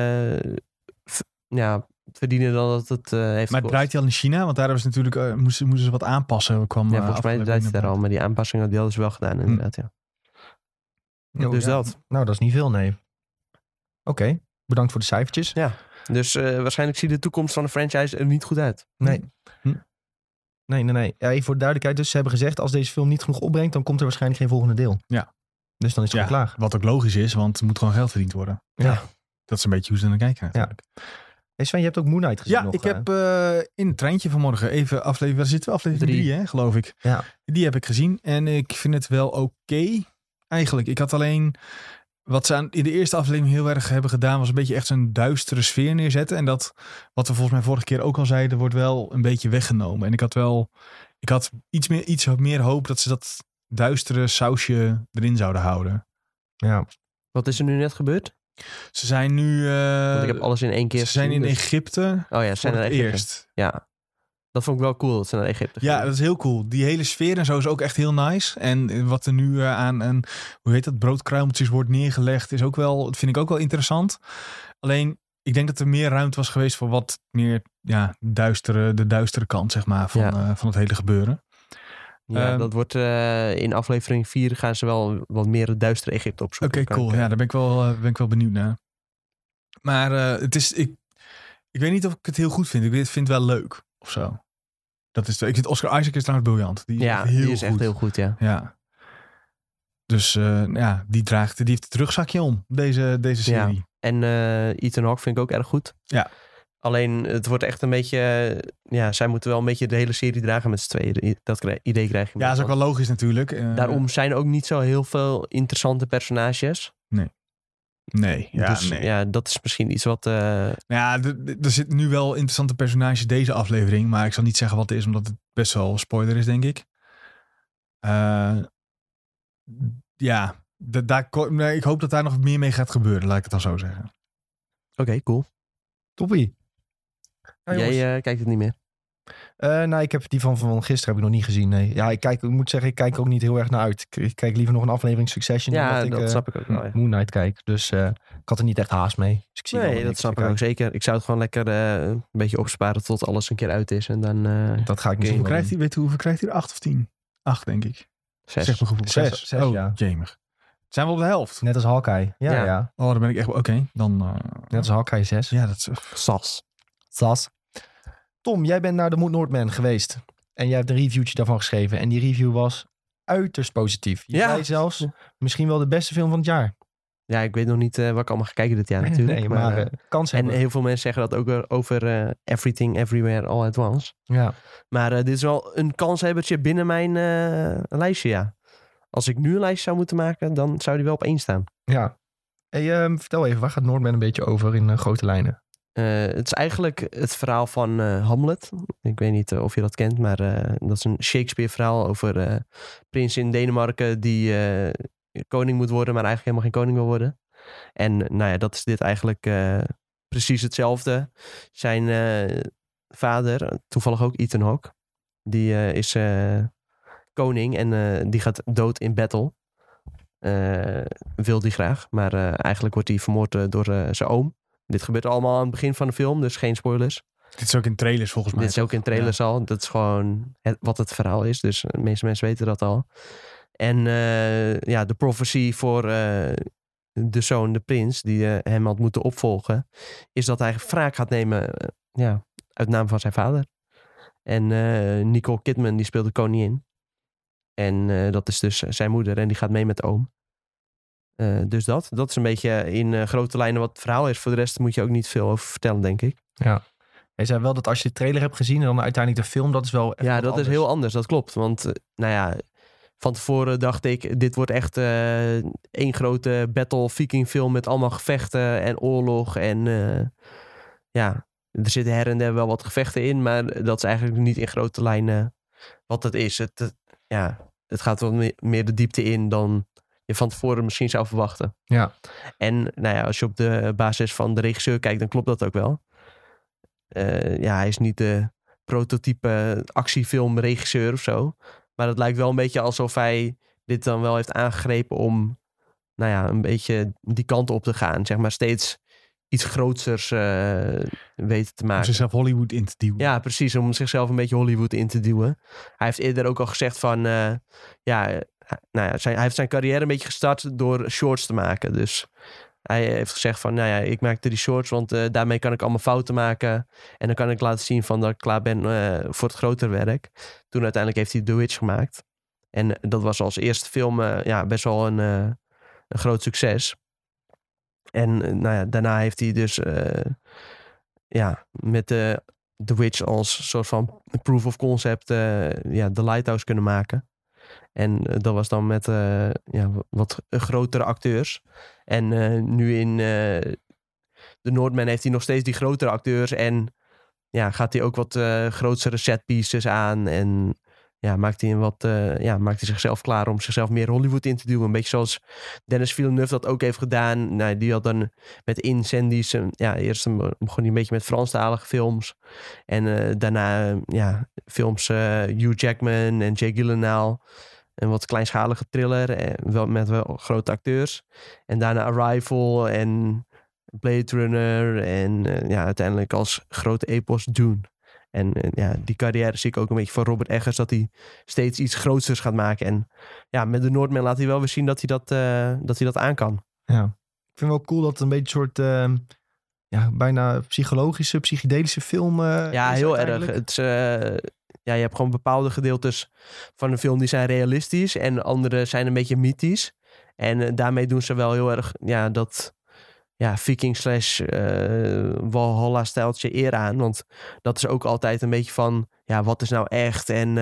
verdienen dan dat het heeft Maar het gekost. draait hij al in China? Want daar hebben ze natuurlijk, moesten ze wat aanpassen. Volgens mij draait het daar al. Maar die aanpassingen die hadden ze wel gedaan inderdaad, ja. Dus dat. Nou, dat is niet veel, nee. Oké, bedankt voor de cijfertjes. Ja, dus waarschijnlijk ziet de toekomst van de franchise er niet goed uit. Nee. Nee. Ja, even voor de duidelijkheid. Dus ze hebben gezegd, als deze film niet genoeg opbrengt, dan komt er waarschijnlijk geen volgende deel. Ja. Dus dan is het gewoon klaar. Wat ook logisch is, want er moet gewoon geld verdiend worden. Ja. Dat is een beetje hoe ze naar kijken natuurlijk. Ja. Hey Sven, je hebt ook Moon Knight gezien Ja, nog, ik heb in het treintje vanmorgen even aflevering... Waar zitten we? Aflevering 3, hè, geloof ik. Ja. Die heb ik gezien en ik vind het wel oké. Eigenlijk, ik had alleen... Wat ze in de eerste aflevering heel erg hebben gedaan, was een beetje echt zo'n duistere sfeer neerzetten. En dat, wat we volgens mij vorige keer ook al zeiden, wordt wel een beetje weggenomen. En ik had iets meer hoop dat ze dat duistere sausje erin zouden houden. Ja. Wat is er nu net gebeurd? Ze zijn nu... Want ik heb alles in één keer Ze zijn gezien, in dus- Egypte. Oh ja, ze zijn voor naar het Egypte. eerst. Ja, dat vond ik wel cool dat ze naar Egypte gingen. Ja, dat is heel cool. Die hele sfeer en zo is ook echt heel nice. En wat er nu aan hoe heet dat, broodkruimeltjes wordt neergelegd, is ook wel, vind ik ook wel interessant. Alleen, ik denk dat er meer ruimte was geweest voor wat meer de duistere kant, zeg maar, van het hele gebeuren. Ja, dat wordt in aflevering 4 gaan ze wel wat meer het duistere Egypte opzoeken. Oké, cool. Ja, daar ben ik wel benieuwd naar. Maar het is... Ik weet niet of ik het heel goed vind. Ik vind het wel leuk, of zo. Ik vind Oscar Isaac is trouwens briljant. Die is echt heel goed, ja. Ja. Dus die heeft het rugzakje om, deze serie. Ja. En Ethan Hawke vind ik ook erg goed. Ja. Alleen, het wordt echt een beetje... zij moeten wel een beetje de hele serie dragen met z'n tweeën. Dat idee krijg je. Ja, dat is ook wel logisch natuurlijk. Daarom zijn er ook niet zo heel veel interessante personages. Nee. Ja, dat is misschien iets wat... Ja, er zit nu wel interessante personages deze aflevering. Maar ik zal niet zeggen wat het is, omdat het best wel spoiler is, denk ik. Ik hoop dat daar nog meer mee gaat gebeuren, laat ik het dan zo zeggen. Oké, cool. Toppie. Ja, jij kijkt het niet meer? Ik heb die van gisteren heb ik nog niet gezien. Nee. Ja, ik moet zeggen, ik kijk er ook niet heel erg naar uit. Ik kijk liever nog een aflevering Succession. Ja, dat snap ik ook wel. Ja. Moon Knight kijk. Dus ik had er niet echt haast mee. Dus ik zie dat snap ik ook zeker. Ik zou het gewoon lekker een beetje opsparen tot alles een keer uit is. En dan, dat ga ik niet doen. Hoeveel krijgt hij er? 8 of 10? 8, denk ik. 6. Zeg mijn gevoel. 6, ja. Jamig. Zijn we op de helft? Net als Hawkeye. Ja. Oh, dan ben ik echt... Oké, dan... Net als Hawkeye 6. Ja, dat is... Sas. Tom, jij bent naar de Noordman geweest. En jij hebt een reviewtje daarvan geschreven. En die review was uiterst positief. Je zei zelfs misschien wel de beste film van het jaar. Ja, ik weet nog niet wat ik allemaal ga kijken dit jaar natuurlijk. Nee, maar kans hebben. En heel veel mensen zeggen dat ook over Everything, Everywhere, All at Once. Ja. Maar dit is wel een kanshebbertje binnen mijn lijstje, ja. Als ik nu een lijstje zou moeten maken, dan zou die wel op 1 staan. Ja. Hey, vertel even, waar gaat Noordman een beetje over in grote lijnen? Het is eigenlijk het verhaal van Hamlet. Ik weet niet of je dat kent, maar dat is een Shakespeare-verhaal over prins in Denemarken die koning moet worden, maar eigenlijk helemaal geen koning wil worden. En dat is dit eigenlijk precies hetzelfde. Zijn vader, toevallig ook Ethan Hawke, die is koning en die gaat dood in battle. Wil die graag, maar eigenlijk wordt hij vermoord door zijn oom. Dit gebeurt allemaal aan het begin van de film, dus geen spoilers. Dit is ook in trailers volgens mij. Dit is ook in trailers al. Dat is gewoon wat het verhaal is. Dus de meeste mensen weten dat al. En de prophecy voor de zoon, de prins, die hem had moeten opvolgen, is dat hij wraak gaat nemen uit naam van zijn vader. En Nicole Kidman, die speelt de koningin. En dat is dus zijn moeder en die gaat mee met oom. Dus dat is een beetje in grote lijnen wat het verhaal is. Voor de rest moet je ook niet veel over vertellen, denk ik. Ja. Hij zei wel dat als je de trailer hebt gezien en dan uiteindelijk de film, dat is wel echt dat is heel anders, dat klopt. Want van tevoren dacht ik, dit wordt echt één grote battle viking film met allemaal gevechten en oorlog. En er zitten her en der wel wat gevechten in, maar dat is eigenlijk niet in grote lijnen wat het is. Het gaat wel meer de diepte in dan je van tevoren misschien zou verwachten. Ja. En als je op de basis van de regisseur kijkt, dan klopt dat ook wel. Hij is niet de prototype actiefilmregisseur of zo. Maar het lijkt wel een beetje alsof hij dit dan wel heeft aangegrepen om een beetje die kant op te gaan. Zeg maar steeds iets grootsers weten te maken. Om zichzelf Hollywood in te duwen. Ja, precies. Om zichzelf een beetje Hollywood in te duwen. Hij heeft eerder ook al gezegd van... hij heeft zijn carrière een beetje gestart door shorts te maken. Dus hij heeft gezegd van... ik maakte die shorts, want daarmee kan ik allemaal fouten maken. En dan kan ik laten zien van dat ik klaar ben voor het grotere werk. Toen uiteindelijk heeft hij The Witch gemaakt. En dat was als eerste film best wel een groot succes. En daarna heeft hij dus met The Witch als soort van proof of concept The Lighthouse kunnen maken. En dat was dan met wat grotere acteurs. En nu in The Northman heeft hij nog steeds die grotere acteurs. En gaat hij ook wat grotere setpieces aan. En maakt hij zichzelf klaar om zichzelf meer Hollywood in te duwen. Een beetje zoals Denis Villeneuve dat ook heeft gedaan. Die had dan met Incendies... eerst begon hij een beetje met Franstalige films. En daarna films Hugh Jackman en Jake Gyllenhaal. Een wat kleinschalige thriller. Met wel grote acteurs. En daarna Arrival en Blade Runner en uiteindelijk als grote epos Dune. En die carrière zie ik ook een beetje van Robert Eggers, dat hij steeds iets grootsters gaat maken. En ja, met de Northman laat hij wel weer zien dat hij dat aan kan. Ja. Ik vind wel cool dat het een beetje een soort bijna psychologische, psychedelische film Ja, is heel erg. uiteindelijk. Het is, je hebt gewoon bepaalde gedeeltes van een film die zijn realistisch en andere zijn een beetje mythisch. En daarmee doen ze wel heel erg dat Viking / Valhalla-stijltje eer aan. Want dat is ook altijd een beetje van, wat is nou echt? En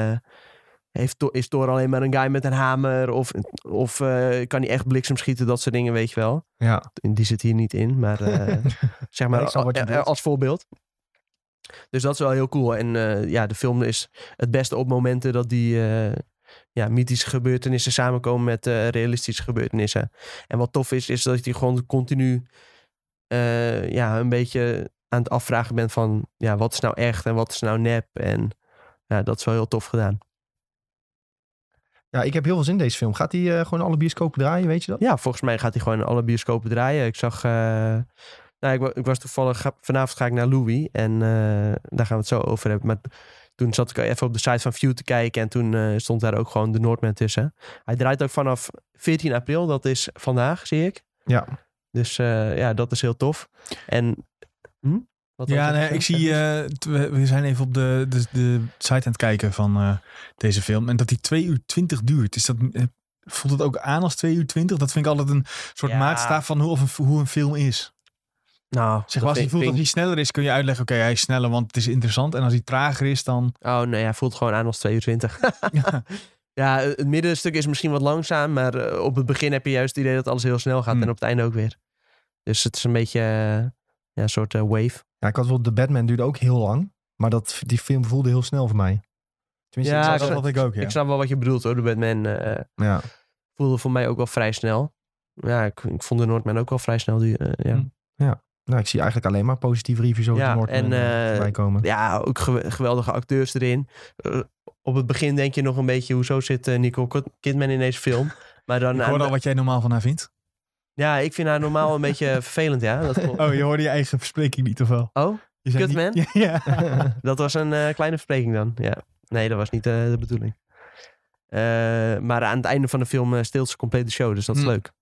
is Thor alleen maar een guy met een hamer? Of kan hij echt bliksem schieten? Dat soort dingen, weet je wel. Ja. Die zit hier niet in, maar zeg maar ik snap wat je bedoelt. als voorbeeld. Dus dat is wel heel cool. En de film is het beste op momenten dat die mythische gebeurtenissen samenkomen met realistische gebeurtenissen. En wat tof is dat je gewoon continu een beetje aan het afvragen bent van wat is nou echt en wat is nou nep. En dat is wel heel tof gedaan. Ja, ik heb heel veel zin in deze film. Gaat hij gewoon alle bioscopen draaien, weet je dat? Ja, volgens mij gaat hij gewoon alle bioscopen draaien. Ik zag... ik was toevallig... Vanavond ga ik naar Louis. En daar gaan we het zo over hebben. Maar toen zat ik even op de site van View te kijken. En toen stond daar ook gewoon de Northman tussen. Hij draait ook vanaf 14 april. Dat is vandaag, zie ik. Ja. Dus dat is heel tof. En... ik zie... we zijn even op de site aan het kijken van deze film. En dat die 2 uur 20 duurt. Is dat... voelt het ook aan als 2 uur 20? Dat vind ik altijd een soort maatstaaf van hoe een film is. Nou, zeg maar, als je voelt dat hij sneller is, kun je uitleggen, oké, hij is sneller, want het is interessant. En als hij trager is, dan... Oh, nee, hij voelt gewoon aan als 2 uur 20. Ja, het middenstuk is misschien wat langzaam, maar op het begin heb je juist het idee dat alles heel snel gaat. En op het einde ook weer. Dus het is een beetje een soort wave. Ja, ik had wel, The Batman duurde ook heel lang. Maar die film voelde heel snel voor mij. Tenminste, Ja, dat had ik ook, ja. Ik snap wel wat je bedoelt hoor. De Batman voelde voor mij ook wel vrij snel. Ja, ik vond de Northman ook wel vrij snel. Ja. Nou, ik zie eigenlijk alleen maar positieve reviews over de Northman voorbij komen. Ja, ook geweldige acteurs erin. Op het begin denk je nog een beetje, hoezo zit Nicole Kidman in deze film? Maar dan, ik hoor al wat jij normaal van haar vindt. Ja, ik vind haar normaal een beetje vervelend, ja. Oh, je hoorde je eigen verspreking niet, of wel? Oh, Kidman? Ja. Dat was een kleine verspreking dan, ja. Nee, dat was niet de bedoeling. Maar aan het einde van de film steelt ze compleet de show, dus dat is leuk.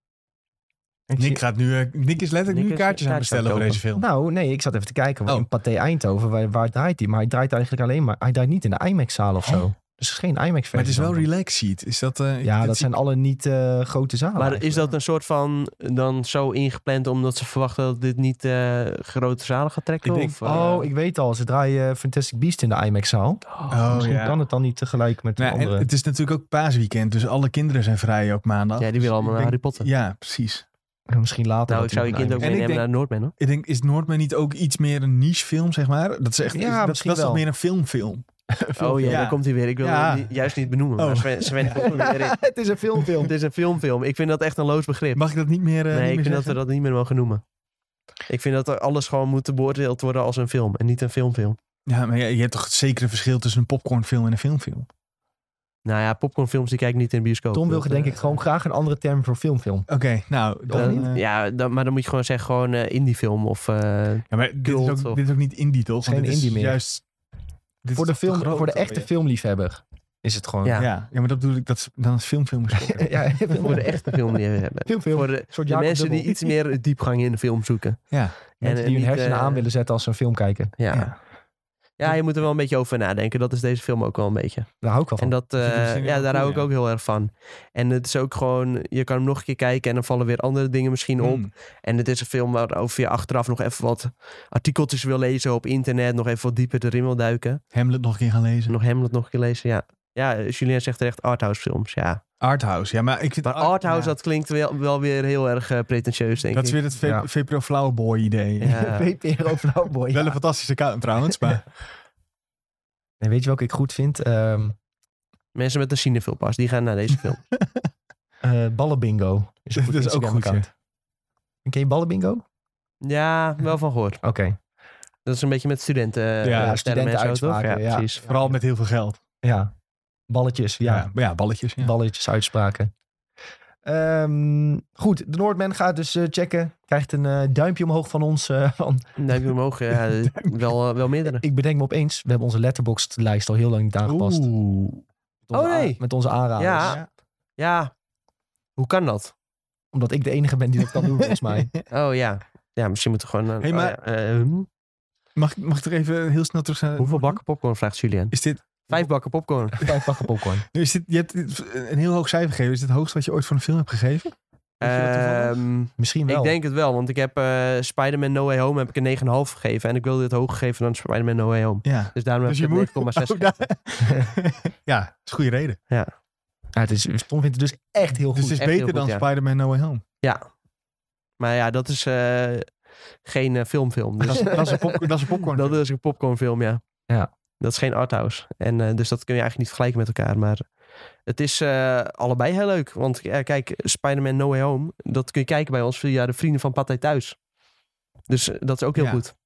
Nick is letterlijk nu kaartjes aan het bestellen voor deze film. Nou, nee, ik zat even te kijken. In Pathé Eindhoven, waar draait hij? Maar hij draait eigenlijk alleen maar... Hij draait niet in de IMAX-zaal of zo. Dus het is geen IMAX-versie. Maar het is wel relaxed. Is dat, dat zijn alle niet grote zalen. Maar is dat een soort van dan zo ingepland omdat ze verwachten dat dit niet grote zalen gaat trekken? Ik weet al. Ze draaien Fantastic Beasts in de IMAX-zaal. Misschien kan het dan niet tegelijk met de andere. Het is natuurlijk ook paasweekend, dus alle kinderen zijn vrij op maandag. Ja, die willen allemaal naar Harry Potter. Ja, precies. En misschien later. Nou, ik zou je kind ook meenemen naar Northman, hoor. Ik denk, is Northman niet ook iets meer een niche film, zeg maar? Dat is echt, dat is toch meer een filmfilm. Daar komt hij weer. Ik wil hem juist niet benoemen. Maar Sven komt er weer in. Het is een filmfilm. Het is een filmfilm. Ik vind dat echt een loos begrip. Mag ik dat niet meer Nee, ik vind dat we dat niet meer mogen noemen. Ik vind dat alles gewoon moet beoordeeld worden als een film. En niet een filmfilm. Ja, maar je hebt toch zeker een verschil tussen een popcornfilm en een filmfilm? Nou ja, popcornfilms die kijk ik niet in de bioscoop. Tom wil denk ik gewoon graag een andere term voor filmfilm. Oké, nou... maar dan moet je gewoon zeggen gewoon indiefilm of maar dit is ook niet indie, toch? Geen indie meer. Juist, voor de echte filmliefhebber is het gewoon. Ja, maar dat bedoel ik, dan is film. Voor de echte filmliefhebber. Voor de mensen die iets meer diepgang in de film zoeken. Ja. Mensen die hun hersenen aan willen zetten als ze een film kijken. Ja, je moet er wel een beetje over nadenken. Dat is deze film ook wel een beetje. Daar hou ik wel van. En daar hou ik ook heel erg van. En het is ook gewoon... Je kan hem nog een keer kijken en dan vallen weer andere dingen misschien op. En het is een film waarover je achteraf nog even wat artikeltjes wil lezen op internet. Nog even wat dieper erin wil duiken. Hamlet nog een keer gaan lezen. Hamlet nog een keer lezen, ja. Ja, Julien zegt terecht arthouse films, ja. Arthouse, ja, maar ik vind... Maar arthouse, dat klinkt wel weer heel erg pretentieus, denk ik. Dat is weer het VPRO Flowboy idee. Ja. VPRO Flowboy, Wel een fantastische account trouwens, maar... En weet je welke ik goed vind? Mensen met een cinefilmpas, die gaan naar deze film. Ballenbingo. Dat is ook goed, ja. Ken je Ballenbingo? Ja, wel van gehoord. Oké. Dat is een beetje met studenten. Studenten uitspraken. Ja, precies. Vooral met heel veel geld. Ja. Balletjes, ja. Ja, balletjes. Ja. Balletjes uitspraken. Goed, de Noordman gaat dus checken. Krijgt een duimpje omhoog van ons. Duimpje omhoog, wel meerdere. Ik bedenk me opeens, we hebben onze Letterboxd-lijst al heel lang niet aangepast. Met onze aanraders. Ja, hoe kan dat? Omdat ik de enige ben die dat kan doen, volgens mij. Oh ja. Ja, misschien moeten we gewoon... Mag ik er even heel snel terug zijn? Hoeveel bakken popcorn, vraagt Julian? Is dit... 5 bakken popcorn. 5 bakken popcorn. Nu je hebt een heel hoog cijfer gegeven. Is dit het hoogste wat je ooit voor een film hebt gegeven? Misschien wel. Ik denk het wel, want ik heb Spider-Man No Way Home heb ik een 9,5 gegeven. En ik wilde het hoger geven dan Spider-Man No Way Home. Ja. Dus daarom heb ik het 9,6 gegeven. Ja, dat is een goede reden. Ja, Tom vindt het dus echt heel goed. Dus het is beter dan Spider-Man No Way Home. Ja. Maar ja, dat is geen filmfilm. Dus dat is een popcorn. Dat is een popcornfilm, ja. Dat is geen arthouse. En dus dat kun je eigenlijk niet vergelijken met elkaar. Maar het is allebei heel leuk. Want kijk, Spider-Man No Way Home, dat kun je kijken bij ons via de vrienden van Pathé Thuis. Dus dat is ook heel goed.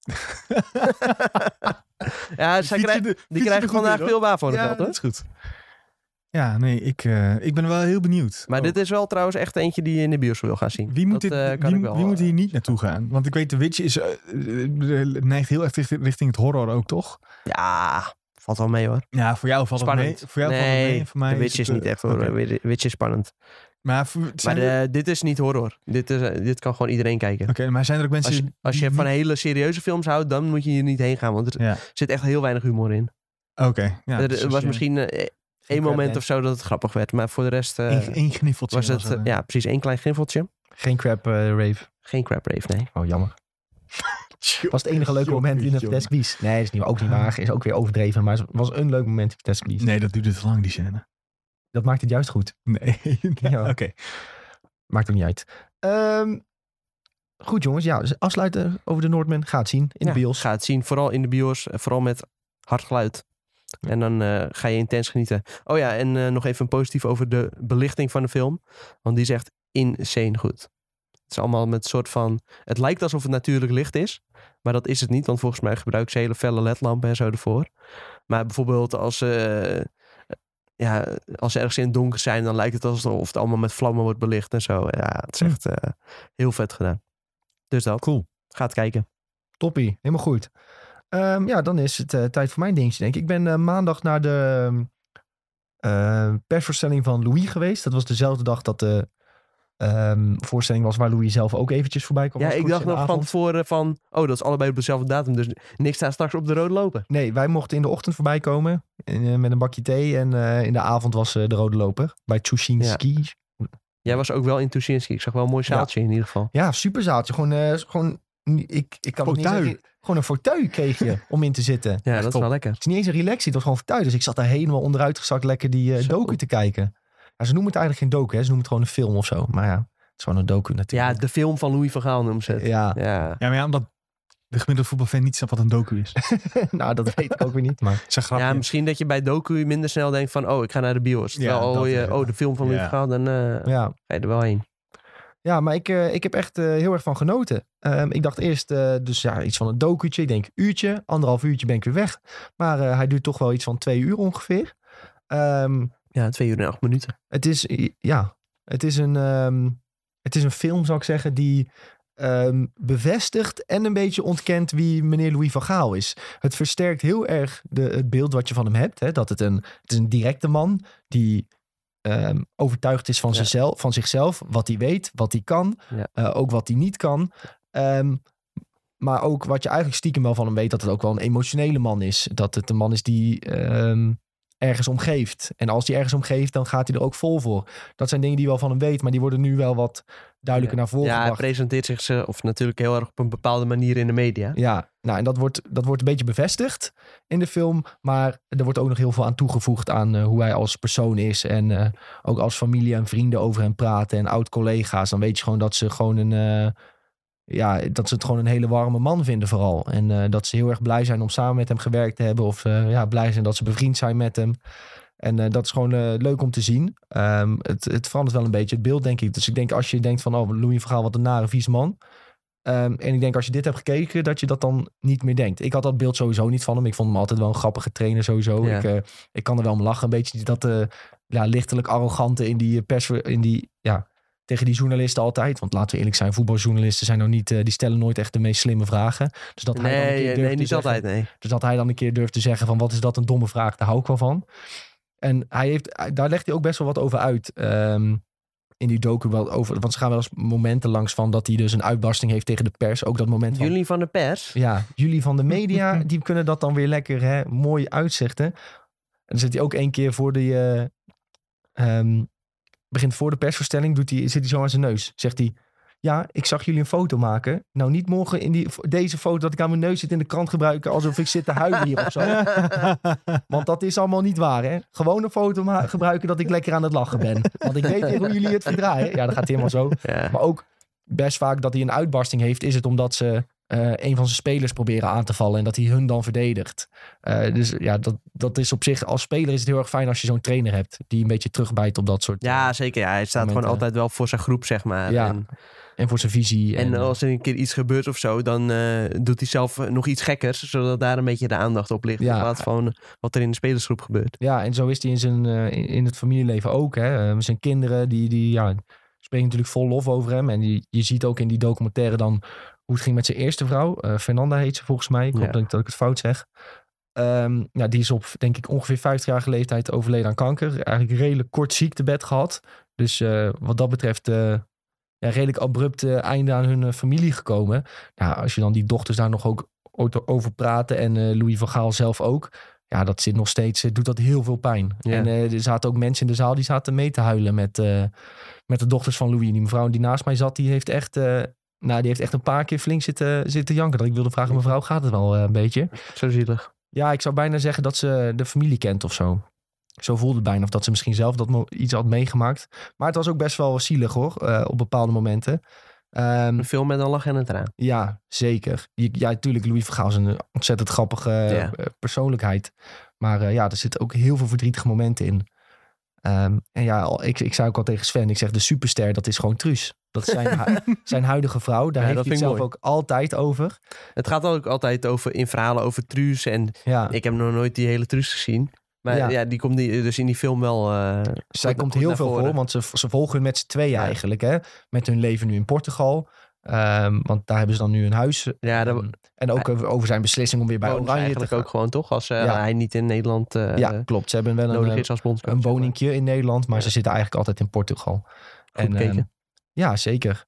Ja, die krijgen vandaag veel waar voor het geld, hoor. Dat is goed. Ja, nee, ik ben wel heel benieuwd. Maar dit is wel trouwens echt eentje die je in de bios wil gaan zien. Wie moet hier niet naartoe gaan? Want ik weet, The Witch neigt heel erg richting het horror ook, toch? Ja, valt wel mee, hoor. Ja, voor jou valt spannend. het mee. Voor jou valt het mee. Voor mij The Witch is niet echt horror. Okay. Witch is spannend. Maar dit is niet horror. Dit kan gewoon iedereen kijken. Oké, maar zijn er ook mensen... Als je van hele serieuze films houdt, dan moet je hier niet heen gaan. Want er zit echt heel weinig humor in. Oké. Ja, er was misschien... Eén moment of zo dat het grappig werd. Maar voor de rest... Eén gniffeltje. Was het, ja, precies. Één klein gniffeltje. Geen crap rave. Geen crap rave, nee. Oh, jammer. Was het enige leuke moment in het Desk Nee, dat is ook niet waar. Is ook weer overdreven. Maar het was een leuk moment in het Desk Nee, dat duurde te lang, die scène. Dat maakt het juist goed. Nee. Ja. Oké. Maakt ook niet uit. Goed, jongens. Ja, dus afsluiten over de Noordman. Ga het zien in de bios. Ga het zien. Vooral in de bios. Vooral met hard geluid. En dan ga je intens genieten. Oh ja, en nog even positief over de belichting van de film. Want die is echt insane goed. Het is allemaal met een soort van... Het lijkt alsof het natuurlijk licht is. Maar dat is het niet. Want volgens mij gebruiken ze hele felle ledlampen en zo ervoor. Maar bijvoorbeeld als ze ergens in het donker zijn... dan lijkt het alsof het allemaal met vlammen wordt belicht en zo. Ja, het is echt heel vet gedaan. Dus dat. Cool. Ga het kijken. Toppie. Helemaal goed. Dan is het tijd voor mijn dingetje, denk ik. Ik ben maandag naar de persvoorstelling van Louis geweest. Dat was dezelfde dag dat de voorstelling was waar Louis zelf ook eventjes voorbij kwam. Ja, ik dacht nog van tevoren van... Oh, dat is allebei op dezelfde datum. Dus niks staat straks op de rode loper. Nee, wij mochten in de ochtend voorbij komen. Met een bakje thee. En in de avond was de rode loper. Bij Tuschinski. Ja. Jij was ook wel in Tuschinski. Ik zag wel een mooi zaaltje in ieder geval. Ja, super zaaltje. Gewoon ik kan het niet zeggen. Gewoon een fauteuil kreeg je om in te zitten. Ja, dat is wel lekker. Het is niet eens een relaxie, het was gewoon fauteuil. Dus ik zat daar helemaal onderuit gezakt lekker die docu te kijken. Ja, ze noemen het eigenlijk geen docu, hè. Ze noemen het gewoon een film of zo. Maar ja, het is gewoon een docu natuurlijk. Ja, de film van Louis van Gaal noemen ze het. Ja, maar ja, omdat de gemiddelde voetbalfan niet snapt wat een docu is. Nou, dat weet ik ook weer niet, maar... Ja, misschien dat je bij docu minder snel denkt van... Oh, ik ga naar de bios. Terwijl de film van Louis van Gaal, dan ga je er wel heen. Ja, maar ik heb echt heel erg van genoten. Ik dacht eerst iets van een docu'tje. Ik denk uurtje, 1,5 uurtje ben ik weer weg. Maar hij duurt toch wel iets van 2 uur ongeveer. 2 uur en 8 minuten. Het is een film, zou ik zeggen, die bevestigt en een beetje ontkent wie meneer Louis van Gaal is. Het versterkt heel erg het beeld wat je van hem hebt. Hè? Dat het is een directe man die... overtuigd is van zichzelf, wat hij weet, wat hij kan, ook wat hij niet kan. Maar ook wat je eigenlijk stiekem wel van hem weet, dat het ook wel een emotionele man is. Dat het een man is die ergens om geeft. En als hij ergens om geeft, dan gaat hij er ook vol voor. Dat zijn dingen die je wel van hem weet, maar die worden nu wel wat duidelijker naar voren gebracht. Ja, hij presenteert zich natuurlijk heel erg op een bepaalde manier in de media. Ja, nou en dat wordt een beetje bevestigd in de film. Maar er wordt ook nog heel veel aan toegevoegd aan hoe hij als persoon is. En ook als familie en vrienden over hem praten en oud-collega's. Dan weet je gewoon dat ze gewoon dat ze het gewoon een hele warme man vinden vooral. En dat ze heel erg blij zijn om samen met hem gewerkt te hebben. Of blij zijn dat ze bevriend zijn met hem. En dat is gewoon leuk om te zien. Het verandert wel een beetje het beeld, denk ik. Dus ik denk als je denkt van... Oh, Louis van Gaal, wat een nare vies man. En ik denk als je dit hebt gekeken... dat je dat dan niet meer denkt. Ik had dat beeld sowieso niet van hem. Ik vond hem altijd wel een grappige trainer sowieso. Ja. Ik kan er wel om lachen. Een beetje dat lichtelijk arrogante in die tegen die journalisten altijd. Want laten we eerlijk zijn, voetbaljournalisten zijn nou niet, die stellen nooit echt de meest slimme vragen. Dus dat hij dan een keer durft te niet zeggen, altijd, nee. Dus dat hij dan een keer durft te zeggen van wat is dat een domme vraag, daar hou ik wel van. En daar legt hij ook best wel wat over uit. In die docu wel over, want ze gaan wel eens momenten langs van dat hij dus een uitbarsting heeft tegen de pers. Ook dat moment van... Jullie van de pers? Ja, jullie van de media, die kunnen dat dan weer lekker mooi uitzichten. En dan zit hij ook één keer voor de... begint voor de persverstelling, zit hij zo aan zijn neus. Zegt hij, ja, ik zag jullie een foto maken. Nou, niet morgen in deze foto dat ik aan mijn neus zit in de krant gebruiken alsof ik zit te huilen hier of zo. Want dat is allemaal niet waar, hè. Gewoon een foto gebruiken dat ik lekker aan het lachen ben. Want ik weet weer hoe jullie het verdraaien. Ja, dat gaat helemaal zo. Ja. Maar ook best vaak dat hij een uitbarsting heeft, is het omdat ze een van zijn spelers proberen aan te vallen en dat hij hun dan verdedigt. Dus ja, dat is op zich, als speler is het heel erg fijn als je zo'n trainer hebt die een beetje terugbijt op dat soort Ja, zeker. Ja. Hij staat momenten. gewoon altijd wel voor zijn groep, zeg maar. Ja. En voor zijn visie. En als er een keer iets gebeurt of zo, dan doet hij zelf nog iets gekkers, zodat daar een beetje de aandacht op ligt. Ja. In plaats van wat er in de spelersgroep gebeurt. Ja, en zo is hij in het familieleven ook. Hè. Zijn kinderen, die spreken natuurlijk vol lof over hem. En je ziet ook in die documentaire dan hoe het ging met zijn eerste vrouw. Fernanda heet ze volgens mij. Ik hoop dat ik het fout zeg. Die is op, denk ik, ongeveer 50-jarige leeftijd overleden aan kanker. Eigenlijk redelijk kort ziektebed gehad. Dus wat dat betreft... redelijk abrupt einde aan hun familie gekomen. Nou, als je dan die dochters daar nog ook over praten en Louis van Gaal zelf ook. Ja, dat zit nog steeds, doet dat heel veel pijn. Ja. En er zaten ook mensen in de zaal die zaten mee te huilen met de dochters van Louis. Die mevrouw die naast mij zat, die heeft echt een paar keer flink zitten janken. Dat ik wilde vragen, mevrouw, gaat het wel een beetje? Zo zielig. Ja, ik zou bijna zeggen dat ze de familie kent of zo. Zo voelde het bijna. Of dat ze misschien zelf iets had meegemaakt. Maar het was ook best wel zielig hoor. Op bepaalde momenten. Een film met een lach en een traan. Ja, zeker. Ja, natuurlijk. Louis van Gaal is een ontzettend grappige persoonlijkheid. Maar er zitten ook heel veel verdrietige momenten in. En ja, ik zei ook al tegen Sven. Ik zeg de superster, dat is gewoon Truus. Dat is zijn huidige vrouw. Daar heeft hij het zelf mooi. ook altijd over. Het gaat ook altijd in verhalen over Truus. En ik heb nog nooit die hele Truus gezien. Maar die komt dus in die film wel... Zij komt heel veel voor, want ze volgen hun met z'n tweeën eigenlijk. Hè? Met hun leven nu in Portugal. Want daar hebben ze dan nu een huis. Ja, en ook over zijn beslissing om weer bij Oranje eigenlijk te gaan. ook gewoon toch? Als hij niet in Nederland ja, klopt. Ze hebben wel nodig is als bondscoach. Een woningje in Nederland, maar ze zitten eigenlijk altijd in Portugal. Ja, zeker.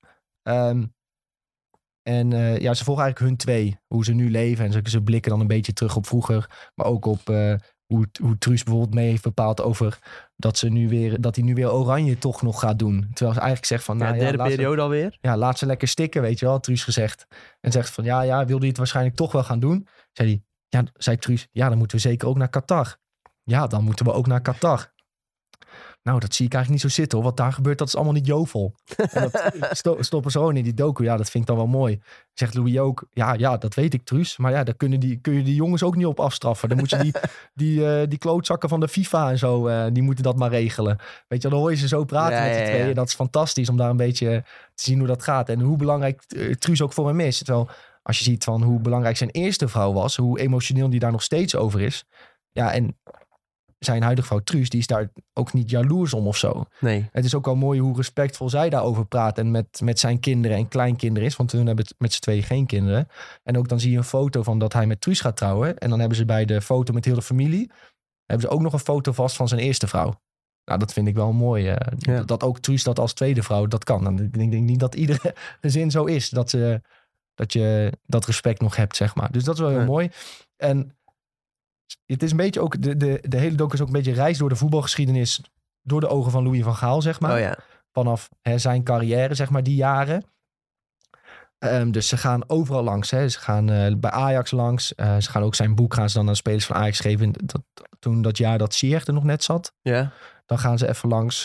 Ze volgen eigenlijk hun twee. Hoe ze nu leven. En ze blikken dan een beetje terug op vroeger. Maar ook op... Hoe Truus bijvoorbeeld mee heeft bepaald over dat hij nu weer Oranje toch nog gaat doen. Terwijl ze eigenlijk zegt van... derde periode alweer. Ja, laat ze lekker stikken, weet je wel, had Truus gezegd. En zegt van, wilde hij het waarschijnlijk toch wel gaan doen? Zei Truus, dan moeten we zeker ook naar Qatar. Ja, dan moeten we ook naar Qatar. Nou, dat zie ik eigenlijk niet zo zitten hoor. Wat daar gebeurt, dat is allemaal niet jovel. En dat stoppen ze gewoon in die docu. Ja, dat vind ik dan wel mooi. Zegt Louis ook, ja, dat weet ik Truus. Maar ja, daar kun je die jongens ook niet op afstraffen. Dan moet je die klootzakken van de FIFA en zo, die moeten dat maar regelen. Weet je, dan hoor je ze zo praten met die tweeën. Ja. Dat is fantastisch om daar een beetje te zien hoe dat gaat. En hoe belangrijk Truus ook voor hem is. Terwijl, als je ziet van hoe belangrijk zijn eerste vrouw was, hoe emotioneel die daar nog steeds over is. Ja, en... zijn huidige vrouw Truus, die is daar ook niet jaloers om of zo. Nee. Het is ook wel mooi hoe respectvol zij daarover praat en met zijn kinderen en kleinkinderen is, want hun hebben met z'n tweeën geen kinderen. En ook dan zie je een foto van dat hij met Truus gaat trouwen en dan hebben ze bij de foto met heel de familie, hebben ze ook nog een foto vast van zijn eerste vrouw. Nou, dat vind ik wel mooi. Dat ook Truus dat als tweede vrouw, dat kan. Dan ik denk niet dat iedere gezin zo is, dat je dat respect nog hebt, zeg maar. Dus dat is wel heel mooi. En het is een beetje ook, de hele docu is ook een beetje reis door de voetbalgeschiedenis door de ogen van Louis van Gaal, zeg maar. Oh ja. Vanaf zijn carrière, zeg maar, die jaren. Dus ze gaan overal langs. Hè. Ze gaan bij Ajax langs. Ze gaan ook zijn boek gaan ze dan aan de spelers van Ajax geven. Toen dat jaar dat Ziyech er nog net zat. Ja. Dan gaan ze even langs.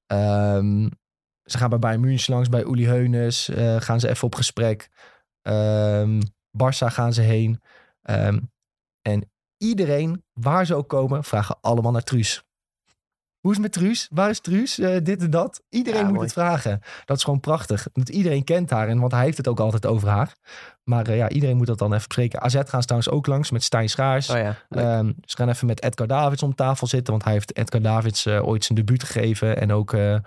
Ze gaan bij Bayern München langs, bij Uli Hoeneß. Gaan ze even op gesprek. Barça gaan ze heen. En iedereen, waar ze ook komen, vragen allemaal naar Truus. Hoe is het met Truus? Waar is Truus? Dit en dat. Iedereen moet het vragen. Dat is gewoon prachtig. Want iedereen kent haar. Want hij heeft het ook altijd over haar. Maar iedereen moet dat dan even bespreken. AZ gaan ze trouwens ook langs met Stijn Schaars. Oh ja. Ze gaan even met Edgar Davids om tafel zitten. Want hij heeft Edgar Davids ooit zijn debuut gegeven. En ook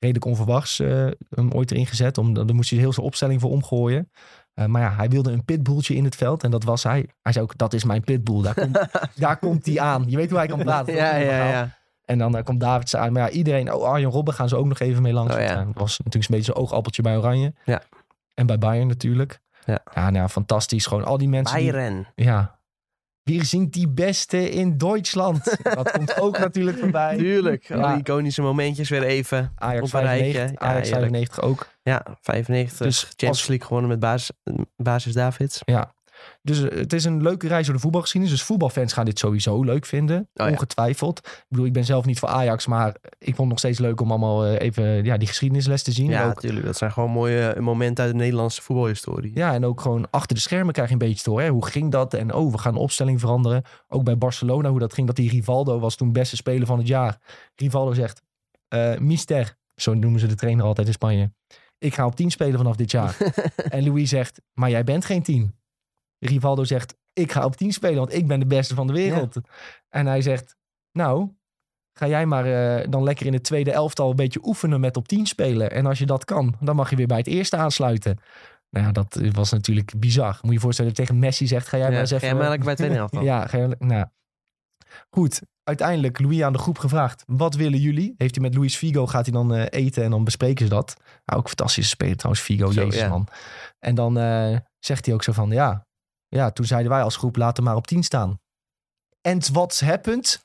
redelijk onverwachts hem ooit erin gezet. Daar moest hij heel zijn opstelling voor omgooien. Maar ja, hij wilde een pitbulltje in het veld. En dat was hij. Hij zei ook, dat is mijn pitbull. Daar komt hij aan. Je weet hoe hij kan praten. Ja. En dan komt Davids aan. Maar ja, iedereen... Arjen Robben gaan ze ook nog even mee langs. Dat was natuurlijk een beetje zo'n oogappeltje bij Oranje. Ja. En bij Bayern natuurlijk. Ja, nou, fantastisch. Gewoon al die mensen... Bayern. Wir sind die beste in Duitsland. Dat komt ook natuurlijk voorbij. Tuurlijk. Al die iconische momentjes weer even. Ajax 95. Ajax 95 ook. Ja, 95. Dus Champions League gewonnen met basis Davids. Ja. Dus het is een leuke reis door de voetbalgeschiedenis. Dus voetbalfans gaan dit sowieso leuk vinden. Ongetwijfeld. Ik bedoel, ik ben zelf niet voor Ajax. Maar ik vond het nog steeds leuk om allemaal even die geschiedenisles te zien. Ja, ook, natuurlijk. Dat zijn gewoon mooie momenten uit de Nederlandse voetbalhistorie. Ja, en ook gewoon achter de schermen krijg je een beetje te horen. Hoe ging dat? En we gaan de opstelling veranderen. Ook bij Barcelona, hoe dat ging. Dat die Rivaldo was toen beste speler van het jaar. Rivaldo zegt, Mister, zo noemen ze de trainer altijd in Spanje. Ik ga op 10 spelen vanaf dit jaar. En Louis zegt, maar jij bent geen 10. Rivaldo zegt, ik ga op 10 spelen, want ik ben de beste van de wereld. Ja. En hij zegt, nou, ga jij maar dan lekker in het tweede elftal een beetje oefenen met op 10 spelen. En als je dat kan, dan mag je weer bij het eerste aansluiten. Nou ja, dat was natuurlijk bizar. Moet je je voorstellen, tegen Messi zegt, ga jij maar eens even... Ga jij maar lekker bij het tweede elftal. Ja, nou. Goed, uiteindelijk Louis aan de groep gevraagd, wat willen jullie? Heeft hij met Luis Figo, gaat hij dan eten en dan bespreken ze dat. Nou, ook fantastische speler trouwens, Figo, jezus man. En dan zegt hij ook zo van, ja, toen zeiden wij als groep, laat hem maar op 10 staan. And what's happened?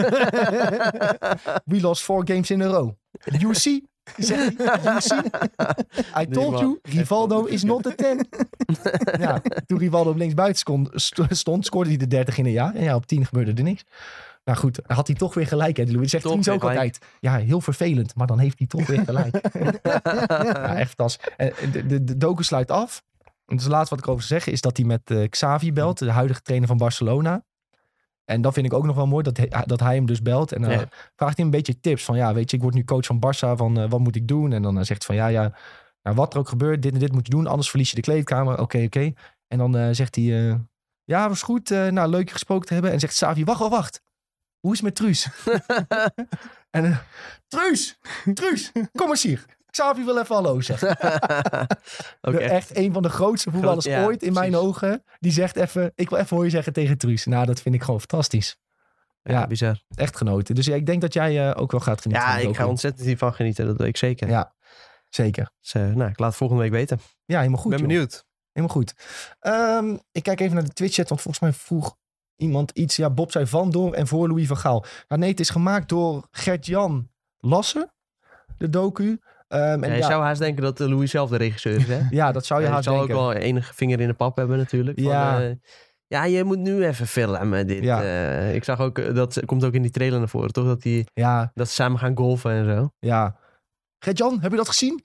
We lost 4 games in a row. You see? Zegt hij. You see? I told you, Rivaldo is not a 10. Ja, toen Rivaldo op linksbuiten stond, scoorde hij de 30 in een jaar. En ja, op 10 gebeurde er niks. Nou goed, had hij toch weer gelijk. Hè? Louis zegt Tiens ook altijd. Ja, heel vervelend, maar dan heeft hij toch weer gelijk. Ja, echt fantastisch. De docu sluit af. En het laatste wat ik over te zeggen is dat hij met Xavi belt, de huidige trainer van Barcelona. En dat vind ik ook nog wel mooi, dat hij hem dus belt. En dan vraagt hij een beetje tips van, weet je, ik word nu coach van Barça, van wat moet ik doen? En dan zegt hij van, nou, wat er ook gebeurt, dit en dit moet je doen, anders verlies je de kleedkamer. Oké. En dan zegt hij, was goed, nou, leuk je gesproken te hebben. En zegt Xavi, wacht. Hoe is het met Truus? En Truus, kom eens hier. Xavi wil even hallo zeggen. Echt een van de grootste voetballers ooit in mijn ogen. Die zegt even, ik wil even hoor je zeggen tegen Truus. Nou, dat vind ik gewoon fantastisch. Ja, bizar. Echt genoten. Dus ik denk dat jij ook wel gaat genieten. Ja, ik ga ontzettend hiervan genieten. Dat weet ik zeker. Ja, zeker. Dus, ik laat het volgende week weten. Ja, helemaal goed. Ik ben benieuwd. Helemaal goed. Ik kijk even naar de Twitch-chat, want volgens mij vroeg iemand iets. Ja, Bob zei van door en voor Louis van Gaal. Nou, nee, het is gemaakt door Gert-Jan Lassen, de docu. Je zou haast denken dat Louis zelf de regisseur is, hè? Ja, dat zou je haast denken. Hij zal ook wel enige vinger in de pap hebben natuurlijk. Van, je moet nu even filmen dit. Ja. Ik zag ook, dat komt ook in die trailer naar voren, toch? Dat ze samen gaan golfen en zo. Ja. Gert-Jan, heb je dat gezien?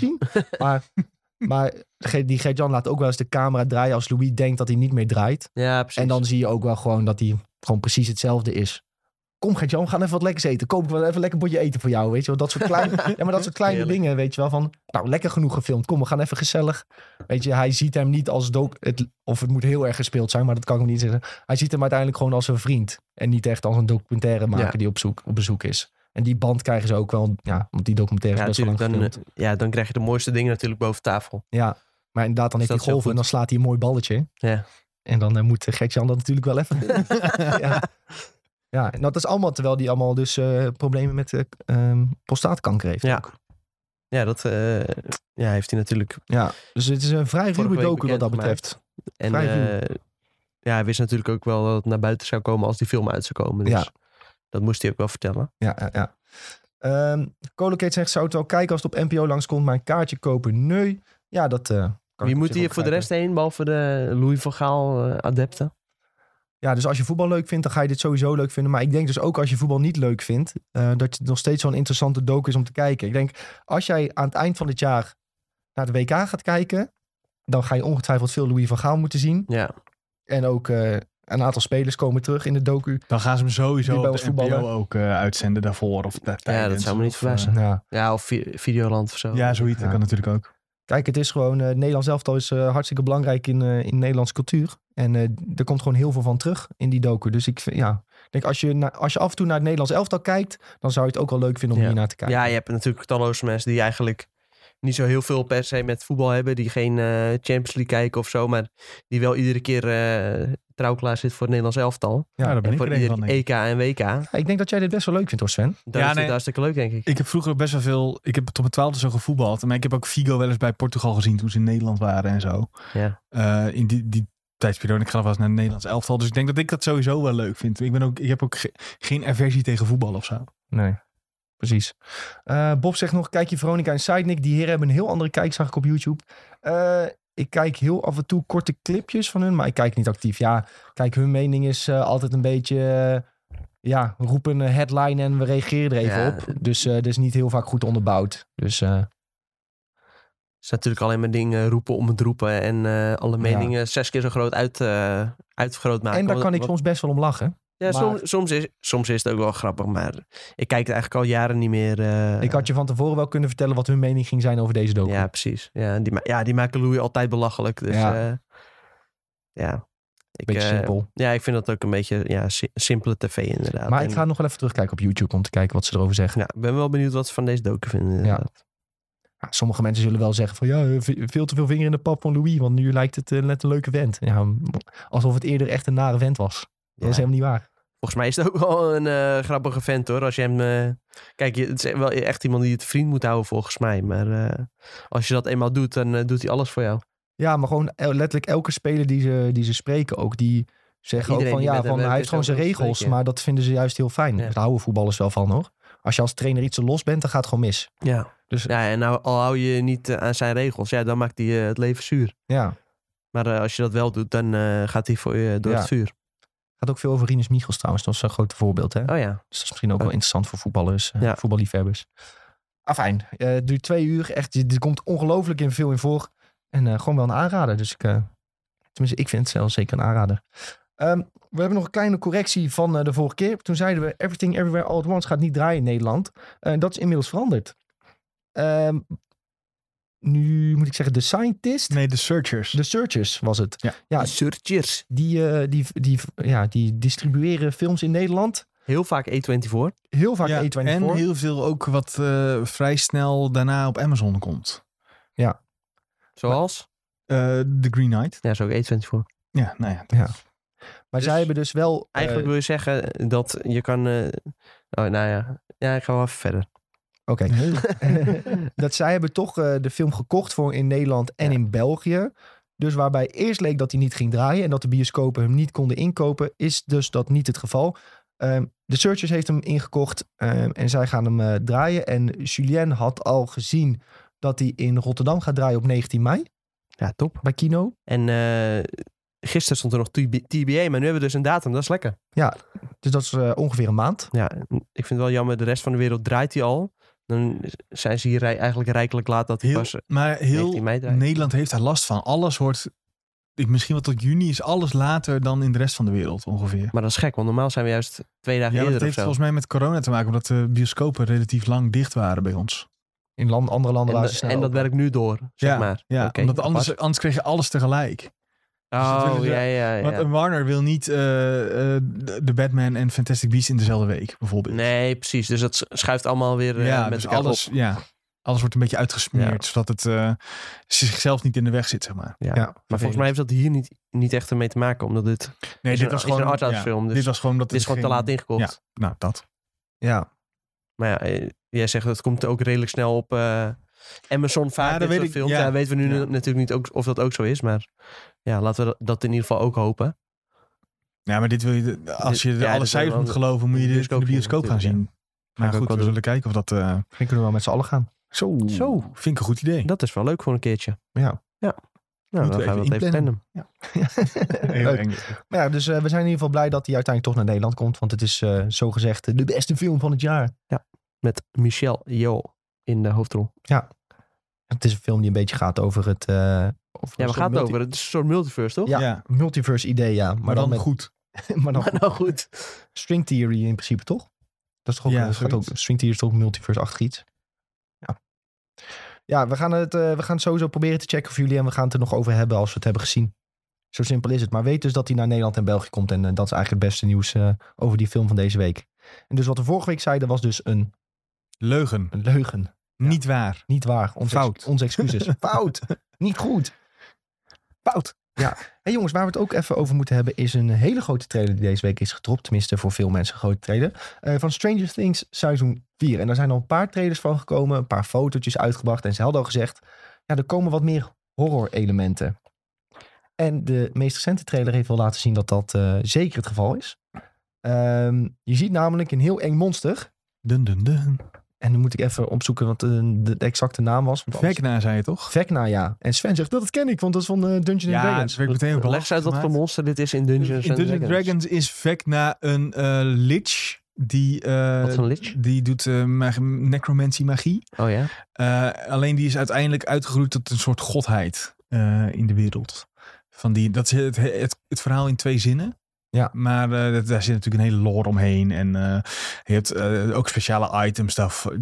Maar die Gert-Jan laat ook wel eens de camera draaien als Louis denkt dat hij niet meer draait. Ja, precies. En dan zie je ook wel gewoon dat hij gewoon precies hetzelfde is. Kom Gert-Jan, we gaan even wat lekkers eten. Koop ik wel even lekker potje eten voor jou, weet je wel. Dat soort kleine dingen, weet je wel. Van, nou, lekker genoeg gefilmd. Kom, we gaan even gezellig. Weet je, hij ziet hem niet als of het moet heel erg gespeeld zijn, maar dat kan ik hem niet zeggen. Hij ziet hem uiteindelijk gewoon als een vriend. En niet echt als een documentaire maker die op bezoek is. En die band krijgen ze ook wel, want die documentaire is best wel lang gefilmd. Dan krijg je de mooiste dingen natuurlijk boven tafel. Ja, maar inderdaad, dan heeft hij golven en dan slaat hij een mooi balletje. Ja. En dan moet Gert-Jan dat natuurlijk wel even doen. Ja, en dat is allemaal terwijl hij allemaal dus problemen met prostaatkanker heeft. Ja, ja dat heeft hij natuurlijk. Ja, dus het is een vrij ruwe docu wat dat betreft. En hij wist natuurlijk ook wel dat het naar buiten zou komen als die film uit zou komen. Dus dat moest hij ook wel vertellen. Ja. Colocate zegt, zou het wel kijken als het op NPO langskomt, maar een kaartje kopen? Nee. Ja, dat kan. Wie moet hier voor de rest heen, behalve de Louis van Gaal adepten? Ja, dus als je voetbal leuk vindt, dan ga je dit sowieso leuk vinden. Maar ik denk dus ook als je voetbal niet leuk vindt, dat het nog steeds zo'n interessante docu is om te kijken. Ik denk, als jij aan het eind van dit jaar naar de WK gaat kijken, dan ga je ongetwijfeld veel Louis van Gaal moeten zien. Ja. En ook een aantal spelers komen terug in de docu. Dan gaan ze hem sowieso op de NPO ook uitzenden daarvoor. Of ja, dat zou me niet verbazen. Ja, of Videoland of zo. Ja, zoiets. Dat kan natuurlijk ook. Kijk, het is gewoon, Nederlands elftal is hartstikke belangrijk in Nederlandse cultuur. En er komt gewoon heel veel van terug in die docu. Dus ik denk denk, als je af en toe naar het Nederlands elftal kijkt, dan zou je het ook wel leuk vinden om Ja. hier naar te kijken. Ja, je hebt natuurlijk talloze mensen die eigenlijk niet zo heel veel per se met voetbal hebben. Die geen Champions League kijken of zo. Maar die wel iedere keer trouw klaar zit voor het Nederlands elftal. Ja, daar ben En ik voor er een van, ieder denk ik. EK en WK. Ja, ik denk dat jij dit best wel leuk vindt hoor, Sven. Dat is het hartstikke leuk, denk ik. Ik heb vroeger best wel veel... Ik heb tot mijn 12e zo gevoetbald. Maar ik heb ook Figo wel eens bij Portugal gezien toen ze in Nederland waren en zo. Ja. In die tijdsperiode. Ik ga wel eens naar het Nederlands elftal. Dus ik denk dat ik dat sowieso wel leuk vind. Ik heb ook geen aversie tegen voetbal of zo. Nee, precies. Bob zegt nog, kijk je Veronica en Sidenik. Die heren hebben een heel andere kijk, zag ik op YouTube. Ik kijk heel af en toe korte clipjes van hun, maar ik kijk niet actief. Ja, kijk, hun mening is altijd een beetje... we roepen een headline en we reageren er even op. Dus dat is niet heel vaak goed onderbouwd. Dus... Het is natuurlijk alleen maar dingen roepen om het roepen. En alle meningen 6 keer zo groot uitvergroot maken. En daar kan ik soms best wel om lachen. Ja, maar... soms is het ook wel grappig. Maar ik kijk het eigenlijk al jaren niet meer. Ik had je van tevoren wel kunnen vertellen wat hun mening ging zijn over deze docu. Ja, precies. Ja, die maken Louis altijd belachelijk. Dus Beetje simpel. Ja, ik vind dat ook een beetje simpele tv inderdaad. Maar ik ga nog wel even terugkijken op YouTube om te kijken wat ze erover zeggen. Ja, ik ben wel benieuwd wat ze van deze docu vinden inderdaad. Ja, sommige mensen zullen wel zeggen van veel te veel vinger in de pap van Louis, want nu lijkt het net een leuke vent. Ja, alsof het eerder echt een nare vent was. Dat is helemaal niet waar. Volgens mij is het ook wel een grappige vent hoor. Als je hem... Kijk, het is wel echt iemand die het vriend moet houden volgens mij. Maar als je dat eenmaal doet, dan doet hij alles voor jou. Ja, maar gewoon letterlijk elke speler die ze spreken ook, die zeggen Iedereen ook van hij heeft gewoon zijn regels, spreken. maar dat vinden ze juist heel fijn. Ja. Daar houden voetballers wel van hoor. Als je als trainer iets te los bent, dan gaat het gewoon mis. Ja. Dus, Ja, en nou, al hou je niet aan zijn regels, dan maakt hij het leven zuur. ja. Maar als je dat wel doet, dan gaat hij voor je door het vuur. Gaat ook veel over Rinus Michels trouwens. Dat is een groot voorbeeld. Hè? Oh ja. Dus dat is misschien ook wel interessant voor voetballers, Ja. voetballiefhebbers. Fijn. Het duurt 2 uur. Echt, er komt ongelooflijk veel in voor. En gewoon wel een aanrader. Dus tenminste, ik vind het zelfs zeker een aanrader. We hebben nog een kleine correctie van de vorige keer. Toen zeiden we Everything Everywhere All at Once gaat niet draaien in Nederland. Dat is inmiddels veranderd. Nu moet ik zeggen The Scientist. Nee, The Searchers. The Searchers was het. Ja, De Searchers. die distribueren films in Nederland. Heel vaak A24. Heel vaak A24. En heel veel ook wat vrij snel daarna op Amazon komt. Zoals? The Green Knight. Ja, zo ook A24. Ja, nou ja. Ja. Maar Dus zij hebben dus wel... Eigenlijk wil je zeggen dat je kan... Ja, ik ga wel even verder. Oké. Dat zij hebben toch de film gekocht voor in Nederland en in België. Dus waarbij eerst leek dat hij niet ging draaien en dat de bioscopen hem niet konden inkopen, is dus dat niet het geval. De Searchers heeft hem ingekocht en zij gaan hem draaien. En Julien had al gezien dat hij in Rotterdam gaat draaien op 19 mei. Ja, top. Bij Kino. En gisteren stond er nog TBA, maar nu hebben we dus een datum. Dat is lekker. Ja, dus dat is ongeveer een maand. Ja, ik vind het wel jammer. De rest van de wereld draait hij al. Dan zijn ze hier eigenlijk rijkelijk laat dat hij pas... Maar 19 mei draait. Nederland heeft daar last van. Alles wordt... Misschien wel tot juni is alles later dan in de rest van de wereld ongeveer. Maar dat is gek, want normaal zijn we juist 2 dagen Ja, eerder dat heeft of zo. volgens mij met corona te maken, omdat de bioscopen relatief lang dicht waren bij ons. In andere landen waren ze snel En dat open. werkt nu door, zeg maar. Ja, Oké, omdat apart. anders kreeg je alles tegelijk. Oh, willen ze- ja. Want Warner wil niet de Batman en Fantastic Beasts in dezelfde week, bijvoorbeeld. Nee, precies. Dus dat schuift allemaal weer met dus elkaar alles, op. alles wordt een beetje uitgesmeerd, zodat het zichzelf niet in de weg zit, zeg maar. Ja. Ja, Maar volgens mij heeft dat hier niet echt ermee te maken, omdat dit Nee, is dit een, was is gewoon een arthouse film. Dus dit was gewoon dat het is gewoon te laat ingekocht. Ja, nou dat. Ja, Maar ja, jij zegt dat het komt ook redelijk snel op Amazon vaak. Ja, dat dit weet soort ik, films. ja. Ja, weten we nu Ja. natuurlijk niet of dat ook zo is, maar ja, laten we dat in ieder geval ook hopen. Ja, maar dit wil je, als je Ja, alle dit cijfers wil moet je geloven, moet je dit in de bioscoop gaan zien. Maar ik ook goed, wel we doen. zullen kijken of dat... misschien kunnen we wel met z'n allen gaan. Zo, Zo. vind ik een goed idee. Dat is wel leuk voor een keertje. Ja. Nou, Moeten dan we gaan we dat even even plannen. Heel Leuk. eng. Maar ja, dus we zijn in ieder geval blij dat hij uiteindelijk toch naar Nederland komt. Want het is zogezegd de beste film van het jaar. Met Michelle Yeoh in de hoofdrol. Het is een film die een beetje gaat over het... Ja, waar gaat het over? Het is een soort multiverse, toch? Ja, Ja. multiverse idee, ja. Maar dan met, goed. maar dan Maar nou goed. string theory in principe, toch? Dat is toch ook, Ja, het gaat ook, zoiets. string theory is toch ook multiverse-achtig iets? Ja. Ja, we gaan het sowieso proberen te checken voor jullie. En we gaan het er nog over hebben als we het hebben gezien. Zo simpel is het. Maar weet dus dat hij naar Nederland en België komt. En dat is eigenlijk het beste nieuws over die film van deze week. En dus wat we vorige week zeiden was dus een Leugen. leugen. Niet waar. Niet waar. Fout. Onze excuses. Fout. Niet goed. Fout. Hey jongens, waar we het ook even over moeten hebben is een hele grote trailer die deze week is gedropt. Tenminste, voor veel mensen een grote trailer. Van Stranger Things seizoen 4. En daar zijn al een paar trailers van gekomen. Een paar fotootjes uitgebracht. En ze hadden al gezegd, ja, er komen wat meer horror elementen. En de meest recente trailer heeft wel laten zien dat dat zeker het geval is. Je ziet namelijk een heel eng monster. Dun, dun, dun. En nu moet ik even opzoeken wat de exacte naam was. Want anders- Vecna zei je toch? Vecna, ja. En Sven zegt, dat ken ik, want dat is van Dungeons Ja, Dragons. dat weet ik meteen ook Leg eens uit wat voor monster dit is in Dungeons In Dungeons Dragons. Dragons is Vecna een lich. Die, Wat voor een lich? Die doet necromancy magie. Oh ja? Alleen die is uiteindelijk uitgegroeid tot een soort godheid in de wereld. Dat is het verhaal in 2 zinnen. Ja. Maar daar zit natuurlijk een hele lore omheen. En je hebt ook speciale items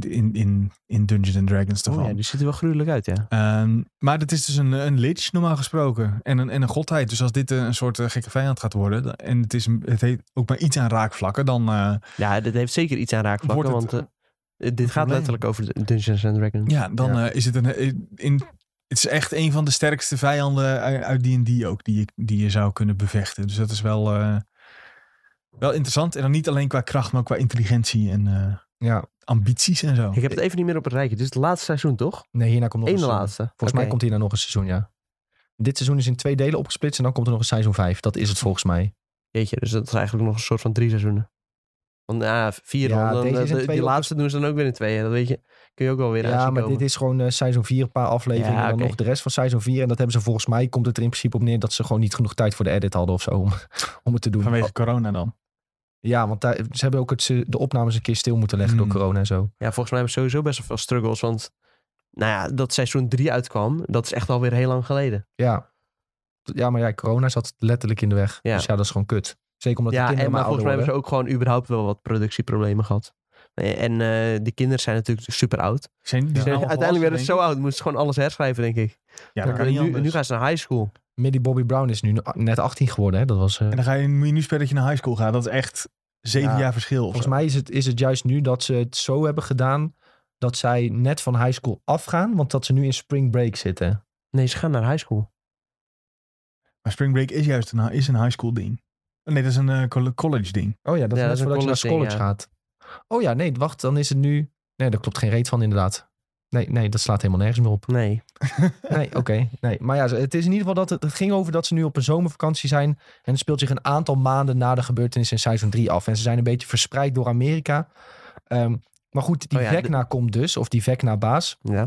in Dungeons Dragons ervan. Oh ja, die ziet er wel gruwelijk uit, ja. Maar dat is dus een lich normaal gesproken. En een godheid. Dus als dit een soort gekke vijand gaat worden. En het heeft ook maar iets aan raakvlakken. Dan Ja, dit heeft zeker iets aan raakvlakken. Wordt het Want dit gaat probleem. letterlijk over Dungeons Dragons. ja, dan is het het is echt een van de sterkste vijanden uit D&D ook. Die je zou kunnen bevechten. Dus dat is wel interessant. En dan niet alleen qua kracht, maar ook qua intelligentie en Ja. ambities en zo. Ik heb het even niet meer op het rijtje. Dit is het laatste seizoen, toch? Nee, hierna komt nog Eén een seizoen. laatste. Volgens mij komt hierna nog een seizoen, ja. Dit seizoen is in 2 delen opgesplitst en dan komt er nog een seizoen 5. Dat is het volgens mij. Jeetje, dus dat is eigenlijk nog een soort van 3 seizoenen. Want 4, Ja, want deze is in dan, 2 die laatste doen ze dan ook weer in 2. Dat weet je, kun je ook wel weer Ja, maar dit is gewoon seizoen 4, een paar afleveringen. Ja, En dan oké. nog de rest van seizoen 4. En dat hebben ze volgens mij, komt het er in principe op neer dat ze gewoon niet genoeg tijd voor de edit hadden of zo om het te doen. Vanwege corona dan. Ja, want ze hebben ook de opnames een keer stil moeten leggen door corona en zo. Ja, volgens mij hebben ze sowieso best wel veel struggles. Want nou ja, dat seizoen 3 uitkwam, dat is echt alweer heel lang geleden. Ja, maar ja, corona zat letterlijk in de weg. Ja. Dus ja, dat is gewoon kut. Zeker omdat de Ja, kinderen maar maar volgens mij ouder hebben ze ook gewoon überhaupt wel wat productieproblemen gehad. En die kinderen zijn natuurlijk super oud. Uiteindelijk werden ze zo oud, moesten ze gewoon alles herschrijven, denk ik. Ja, Ja, dat kan niet nu anders. gaan ze naar high school. Millie Bobby Brown is nu net 18 geworden. Hè? Dat was, En dan moet je nu spelen dat je naar high school gaat. Dat is echt 7 jaar verschil. of volgens zo. mij is het juist nu dat ze het zo hebben gedaan dat zij net van high school afgaan. Want dat ze nu in spring break zitten. Nee, ze gaan naar high school. Maar spring break is juist een high school ding. Nee, dat is een college ding. Oh ja, dat is Ja, net dat is een voordat je naar college college ding, gaat. Oh ja, nee, wacht, dan is het nu... Nee, daar klopt geen reet van inderdaad. Nee, dat slaat helemaal nergens meer op. Nee. Nee, oké. Nee. Maar ja, het is in ieder geval dat het ging over dat ze nu op een zomervakantie zijn. En het speelt zich een aantal maanden na de gebeurtenissen in seizoen 3 af. En ze zijn een beetje verspreid door Amerika. Maar goed, die Oh ja, Vecna komt dus, of die Vecna-baas. Ja.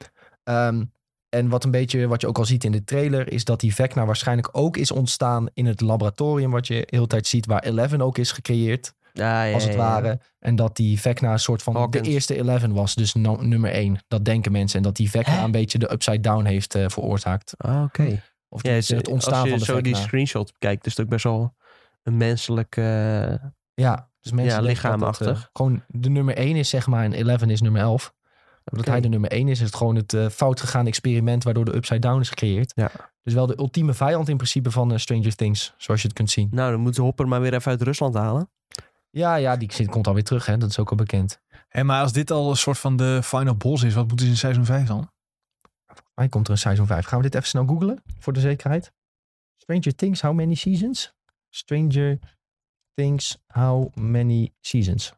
En wat je ook al ziet in de trailer, is dat die Vecna waarschijnlijk ook is ontstaan in het laboratorium, wat je de hele tijd ziet, waar Eleven ook is gecreëerd, Ja, als het ware. En dat die Vecna een soort van Hawkins. de eerste Eleven was, dus nummer 1. Dat denken mensen. En dat die Vecna een beetje de upside down heeft veroorzaakt. Ah, oké. Of Ja, het ontstaan als je van de zo Vecna. die screenshot bekijkt, is het ook best wel een menselijk... Ja, dus mensen Ja, denken lichaamachtig. dat het, gewoon de nummer 1 is, zeg maar, en 11 is nummer 11. Omdat hij de nummer 1 is het gewoon het fout gegaan experiment waardoor de Upside Down is gecreëerd. Ja. Dus wel de ultieme vijand in principe van Stranger Things, zoals je het kunt zien. Nou, dan moeten ze Hopper maar weer even uit Rusland halen. Ja, die komt alweer terug, hè? Dat is ook al bekend. Hé, maar als dit al een soort van de final boss is, wat moeten ze in seizoen 5 dan? Hij komt er een seizoen 5. Gaan we dit even snel googlen, voor de zekerheid? Stranger Things, how many seasons? Stranger Things, how many seasons?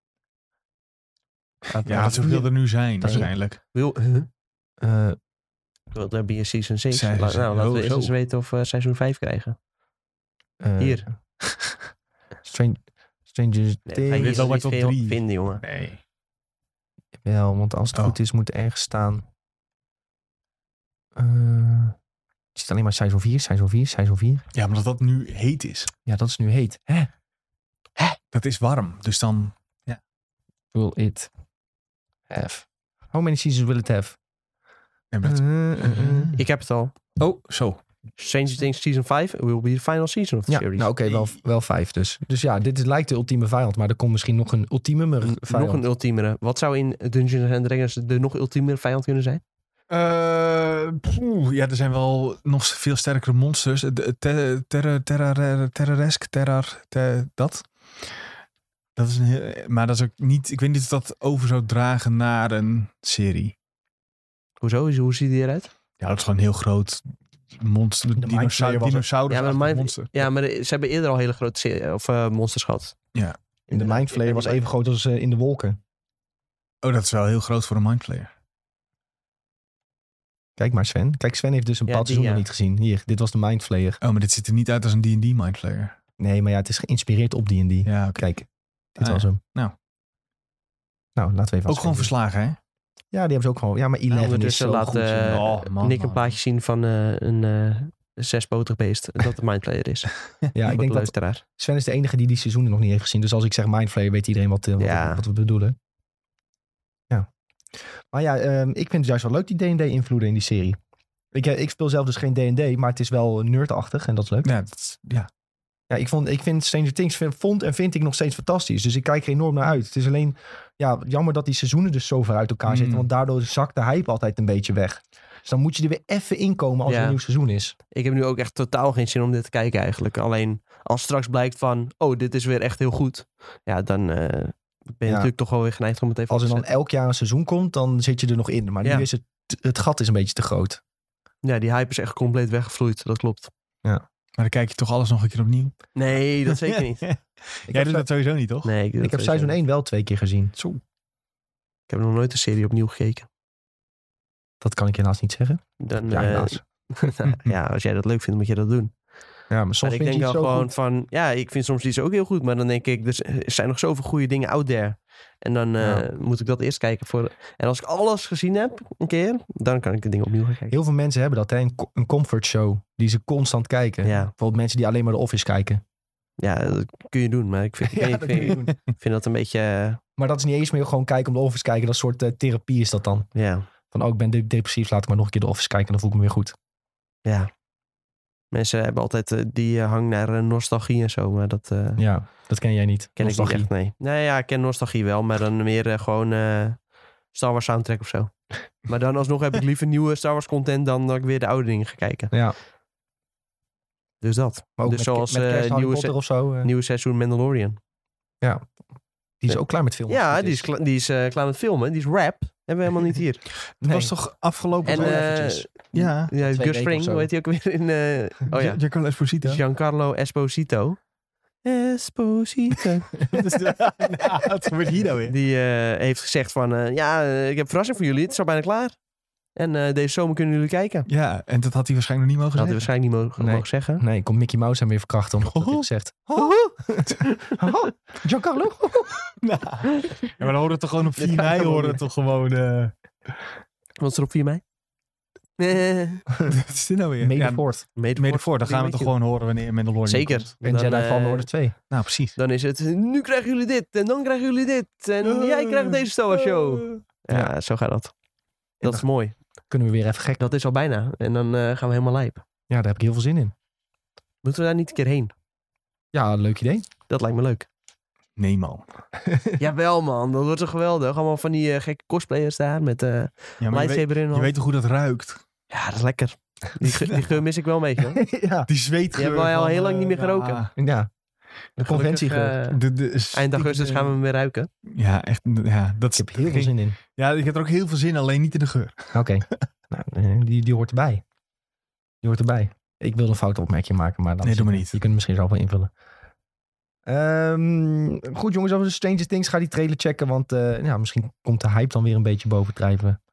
Ja, zoveel er nu zijn waarschijnlijk. Dat heb je in season 6. Seizoen Nou, laten we zo. eerst eens weten of we seizoen 5 krijgen. Hier. Stranger Nee, Things. ga je Dit is al niet maar tot veel 3. vinden, jongen. Nee. Wel, want als het Oh. goed is, moet er ergens staan. Het is alleen maar seizoen 4, seizoen 4, seizoen 4. Ja, maar dat nu heet is. Ja, dat is nu heet. Hè? Dat is warm. Dus dan... Will it have? How many seasons will it have? Nee, maar dat- Ik heb het al. Oh, zo. Stranger Things season 5 will be the final season of the Ja, series. nou oké, wel 5 dus. Dus ja, lijkt de ultieme vijand, maar er komt misschien nog een ultieme vijand. Nog een ultiemere. Wat zou in Dungeons and Dragons de nog ultiemere vijand kunnen zijn? er zijn wel nog veel sterkere monsters. Dat. Dat is maar dat is ook niet... Ik weet niet of dat over zou dragen naar een serie. Hoezo? Hoe ziet die eruit? Ja, dat is gewoon een heel groot monster. De Mind Flayer was Dinosaurus monster. Ja, maar ze hebben eerder al hele grote monsters gehad. Ja. De Mind Flayer was even groot als in de wolken. Oh, dat is wel heel groot voor een Mind Flayer. Kijk maar Sven. Kijk, Sven heeft dus een bepaald seizoen nog niet gezien. Hier, dit was de Mind Flayer. Oh, maar dit ziet er niet uit als een D&D Mind Flayer. Nee, maar ja, het is geïnspireerd op D&D. Ja, oké. Kijk, dit was hem. Nou, laten we even... ook gewoon verslagen, hè? Ja, die hebben ze ook gewoon... Ja, maar 11 is ondertussen zo laat goed. Nick een plaatje zien van een zespotig beest. Dat de Mind Flayer is. Ja, ik denk dat Sven is de enige die seizoenen nog niet heeft gezien. Dus als ik zeg Mind Flayer, weet iedereen wat we bedoelen. Ja. Maar ja, ik vind het juist wel leuk, die D&D-invloeden in die serie. Ik speel zelf dus geen D&D, maar het is wel nerdachtig en dat is leuk. Ja, ik vind Stranger Things vind ik nog steeds fantastisch. Dus ik kijk er enorm naar uit. Het is alleen jammer dat die seizoenen dus zo ver uit elkaar zitten. Want daardoor zakt de hype altijd een beetje weg. Dus dan moet je er weer even inkomen als er een nieuw seizoen is. Ik heb nu ook echt totaal geen zin om dit te kijken eigenlijk. Alleen als straks blijkt van, dit is weer echt heel goed. Ja, dan ben je natuurlijk toch wel weer geneigd om het even als er dan elk jaar een seizoen komt, dan zit je er nog in. Maar nu is het gat is een beetje te groot. Ja, die hype is echt compleet weggevloeid. Dat klopt. Ja. Maar dan kijk je toch alles nog een keer opnieuw? Nee, dat zeker niet. Jij doet dat sowieso niet, toch? Nee, ik heb seizoen 1 wel 2 keer gezien. Zo. Ik heb nog nooit een serie opnieuw gekeken. Dat kan ik helaas niet zeggen. Dan, ja, als jij dat leuk vindt, moet je dat doen. Ja, maar soms ik denk dan gewoon van... Ja, ik vind soms iets ook heel goed. Maar dan denk ik, er zijn nog zoveel goede dingen out there. En dan moet ik dat eerst kijken. En als ik alles gezien heb, een keer... Dan kan ik de dingen opnieuw gaan kijken. Heel veel mensen hebben dat, hè? Een comfort show. Die ze constant kijken. Ja. Bijvoorbeeld mensen die alleen maar The Office kijken. Ja, dat kun je doen. Maar ik vind dat een beetje... Maar dat is niet eens meer gewoon kijken om The Office kijken. Dat soort therapie is dat dan. Ja. Van, ik ben depressief. Laat ik maar nog een keer The Office kijken. En dan voel ik me weer goed. Ja. Mensen hebben altijd die hang naar nostalgie en zo. Maar dat... Ja, dat ken jij niet. Ken nostalgie. Ik niet echt, nee. Nee, ja, ik ken nostalgie wel. Maar dan meer gewoon Star Wars soundtrack of zo. Maar dan alsnog heb ik liever nieuwe Star Wars content dan dat ik weer de oude dingen ga kijken. Ja. Dus dat. Maar ook dus zoals nieuwe nieuwe seizoen Mandalorian. Ja. Die is ook klaar met filmen. Ja, die is klaar met filmen. Die is rap. Hebben we helemaal niet hier. Dat was toch afgelopen... Ja, Gus Fring, hoe heet hij ook weer in... Giancarlo Esposito. Giancarlo Esposito. Wat gebeurt hier nou weer? Die heeft gezegd van... ik heb een verrassing voor jullie. Het is al bijna klaar. En deze zomer kunnen jullie kijken. Ja, en dat had hij waarschijnlijk niet mogen zeggen. Dat had hij waarschijnlijk niet mogen zeggen. Nee, komt Mickey Mouse hem weer verkrachten omdat hij het zegt. Giancarlo? Ja, maar dan horen we toch gewoon op 4 mei. Horen we toch gewoon... Wat is er op 4 mei? Wat is dit nou weer? May the 4th. Dan gaan we toch gewoon horen wanneer Mandalorian Zeker. komt. En Jedi Fallen Order 2. Nou, precies. Dan is het, nu krijgen jullie dit. En dan krijgen jullie dit. En jij krijgt deze Star Wars show. Ja, zo gaat dat. Dat is mooi. Kunnen we weer even gek. Dat is al bijna. En dan gaan we helemaal lijp. Ja, daar heb ik heel veel zin in. Moeten we daar niet een keer heen? Ja, leuk idee. Dat lijkt me leuk. Nee, man. Jawel, man. Dat wordt zo geweldig. Allemaal van die gekke cosplayers daar met lightsaber in. Je weet toch hoe dat ruikt? Ja, dat is lekker. Die geur mis ik wel een beetje. Ja. Die zweetgeur. Die hebben wij al heel lang niet meer geroken. Ja. De conventiegeur. Eind augustus gaan we hem weer ruiken. Ja, echt. Ja, dat ik heb heel veel zin in. Ja, ik heb er ook heel veel zin, alleen niet in de geur. Oké. Nou, die hoort erbij. Die hoort erbij. Ik wilde een foute opmerking maken, maar nee, doe maar niet. Je kunt het misschien zelf wel invullen. Goed jongens, over Stranger Things, ga die trailer checken, want misschien komt de hype dan weer een beetje bovendrijven.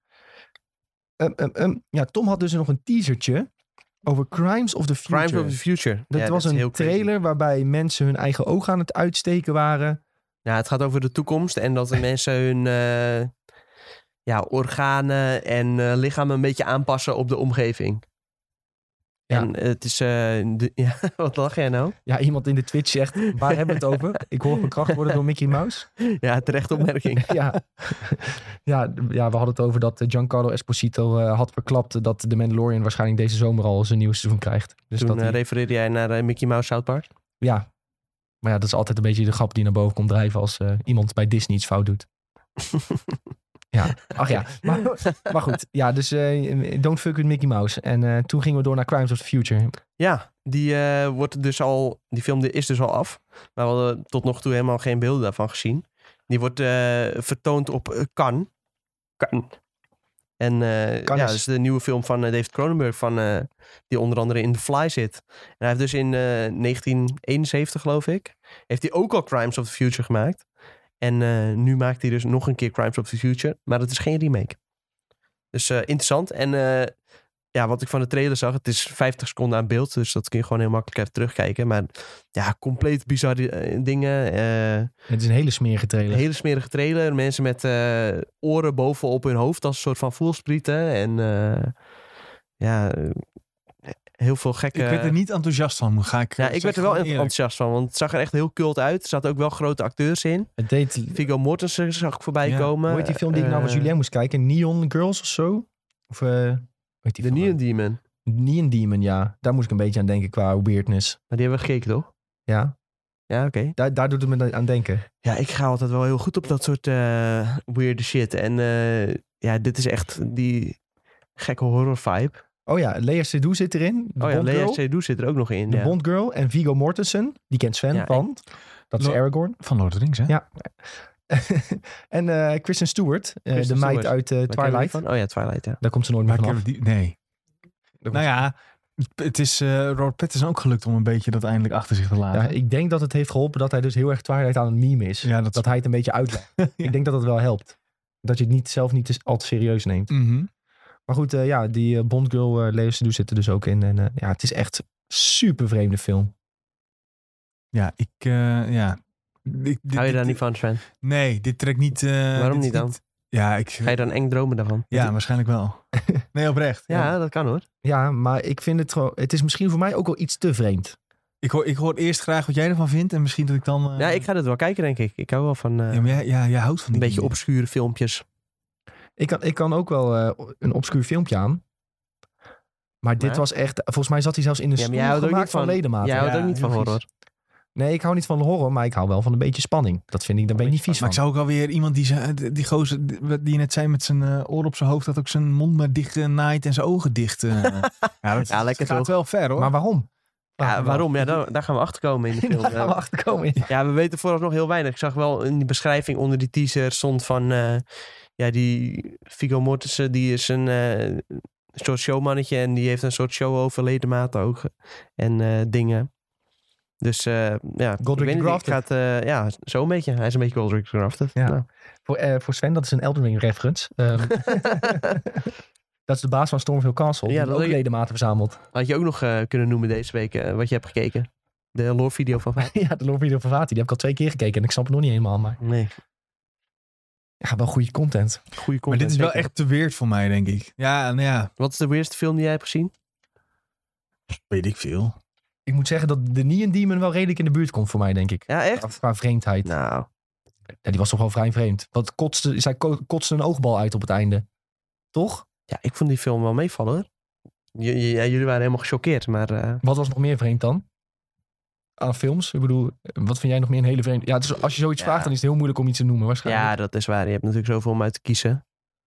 Tom had dus nog een teasertje over Crimes of the Future. Crimes of the Future. Dat was een trailer waarbij mensen hun eigen ogen aan het uitsteken waren. Ja, het gaat over de toekomst en dat de mensen hun organen en lichaam een beetje aanpassen op de omgeving. Ja. En het is... wat lach jij nou? Ja, iemand in de Twitch zegt, waar hebben we het over? Ik hoor verkracht worden door Mickey Mouse. Ja, terechte opmerking. Ja, we hadden het over dat Giancarlo Esposito had verklapt dat de Mandalorian waarschijnlijk deze zomer al zijn nieuwe seizoen krijgt. Dus toen refereerde jij naar Mickey Mouse South Park? Ja. Maar ja, dat is altijd een beetje de grap die naar boven komt drijven als iemand bij Disney iets fout doet. Ja, ach ja. Maar goed, ja, dus Don't Fuck With Mickey Mouse. En toen gingen we door naar Crimes of the Future. Ja, die film is dus al af. Maar we hadden tot nog toe helemaal geen beelden daarvan gezien. Die wordt vertoond op Cannes. En dat is de nieuwe film van David Cronenberg, die onder andere in The Fly zit. En hij heeft dus in 1971, geloof ik, heeft hij ook al Crimes of the Future gemaakt. En nu maakt hij dus nog een keer Crimes of the Future, maar het is geen remake. Dus interessant. En wat ik van de trailer zag, het is 50 seconden aan beeld, dus dat kun je gewoon heel makkelijk even terugkijken. Maar ja, compleet bizarre dingen. Het is een hele smerige trailer. Een hele smerige trailer. Mensen met oren bovenop hun hoofd als een soort van voelsprieten. En heel veel gekke... Ik werd er niet enthousiast van. ik werd er wel enthousiast van, want het zag er echt heel cult uit. Er zaten ook wel grote acteurs in. Het deed... Viggo Mortensen zag ik voorbij komen. Hoe heet die film die ik nou van Julien moest kijken? Neon Girls of zo? Of The Neon Demon. Neon Demon, ja. Daar moest ik een beetje aan denken qua weirdness. Maar die hebben we gekeken, toch? Ja. Ja, oké. Daar doet het me aan denken. Ja, ik ga altijd wel heel goed op dat soort weirde shit. En dit is echt die gekke horror vibe. Oh ja, Lea Seydoux zit erin. Lea Seydoux zit er ook nog in. De Bond Girl en Viggo Mortensen. Die kent Sven van. Dat is Aragorn. Van Lord of the Rings, hè? Ja. En Kristen Stewart. De meid uit Twilight. Oh ja, Twilight, ja. Daar komt ze nooit meer vanaf. Nee. Nou ja, het is Robert Pattinson ook gelukt om een beetje dat eindelijk achter zich te laten. Ja, ik denk dat het heeft geholpen dat hij dus heel erg Twilight aan een meme is. Ja, dat hij het een beetje uitlegt. Ik denk dat dat wel helpt. Dat je het zelf niet al te serieus neemt. Mm-hmm. Maar goed, die Bond Girl Lea Seydoux zit er dus ook in. En het is echt super vreemde film. Ja, Hou je daar niet van, Sven? Nee, dit trekt niet... Waarom niet dan? Ga je dan eng dromen daarvan? Ja, waarschijnlijk wel. Nee, oprecht. Ja, dat kan hoor. Ja, maar ik vind het gewoon... Het is misschien voor mij ook wel iets te vreemd. Ik hoor eerst graag wat jij ervan vindt. En misschien dat ik dan... Ja, ik ga dit wel kijken, denk ik. Ik hou wel van... jij houdt van een beetje obscure filmpjes. Ik kan ook wel een obscuur filmpje aan. Maar dit was echt... Volgens mij zat hij zelfs in de stoel gemaakt van ledematen. Jij houdt ook niet van horror. Nee, ik hou niet van horror, maar ik hou wel van een beetje spanning. Dat vind ik, daar ben ik niet vies van. Maar ik zou ook alweer iemand die gozer die je net zei met zijn oor op zijn hoofd, dat ook zijn mond maar dicht naait en zijn ogen dicht. Dat lekker gaat toch? Wel ver hoor. Maar waarom? Ja, waarom? Ja, daar gaan we achterkomen in de film. Daar gaan we achterkomen. Ja, we weten vooralsnog heel weinig. Ik zag wel in die beschrijving onder die teaser stond van... die Viggo Mortensen, die is een soort showmannetje en die heeft een soort show over ledematen ook. En dingen. Dus Godric the Grafted. Zo een beetje. Hij is een beetje Godric the Grafted. Ja. Nou. Voor Sven, dat is een Elden Ring reference. Dat is de baas van Stormville Castle. Die ook ledematen verzameld. Had je ook nog kunnen noemen deze week wat je hebt gekeken. De lore video van Vati. Ja, de lore video van Vati. Die heb ik al 2 keer gekeken en ik snap het nog niet helemaal. Maar... Nee. Ja, wel goede content. Maar dit is wel echt te weird voor mij, denk ik. Ja, nou ja. Wat is de weirdste film die jij hebt gezien? Weet ik veel. Ik moet zeggen dat de Neon Demon wel redelijk in de buurt komt voor mij, denk ik. Ja, echt? Qua vreemdheid. Nou. Ja, die was toch wel vrij vreemd. Want zij kotste een oogbal uit op het einde. Toch? Ja, ik vond die film wel meevallen hoor. Jullie waren helemaal gechoqueerd, maar... Wat was nog meer vreemd dan? Aan films? Ik bedoel, wat vind jij nog meer een hele vreemde... Ja, dus als je zoiets vraagt, dan is het heel moeilijk om iets te noemen waarschijnlijk. Ja, dat is waar. Je hebt natuurlijk zoveel om uit te kiezen.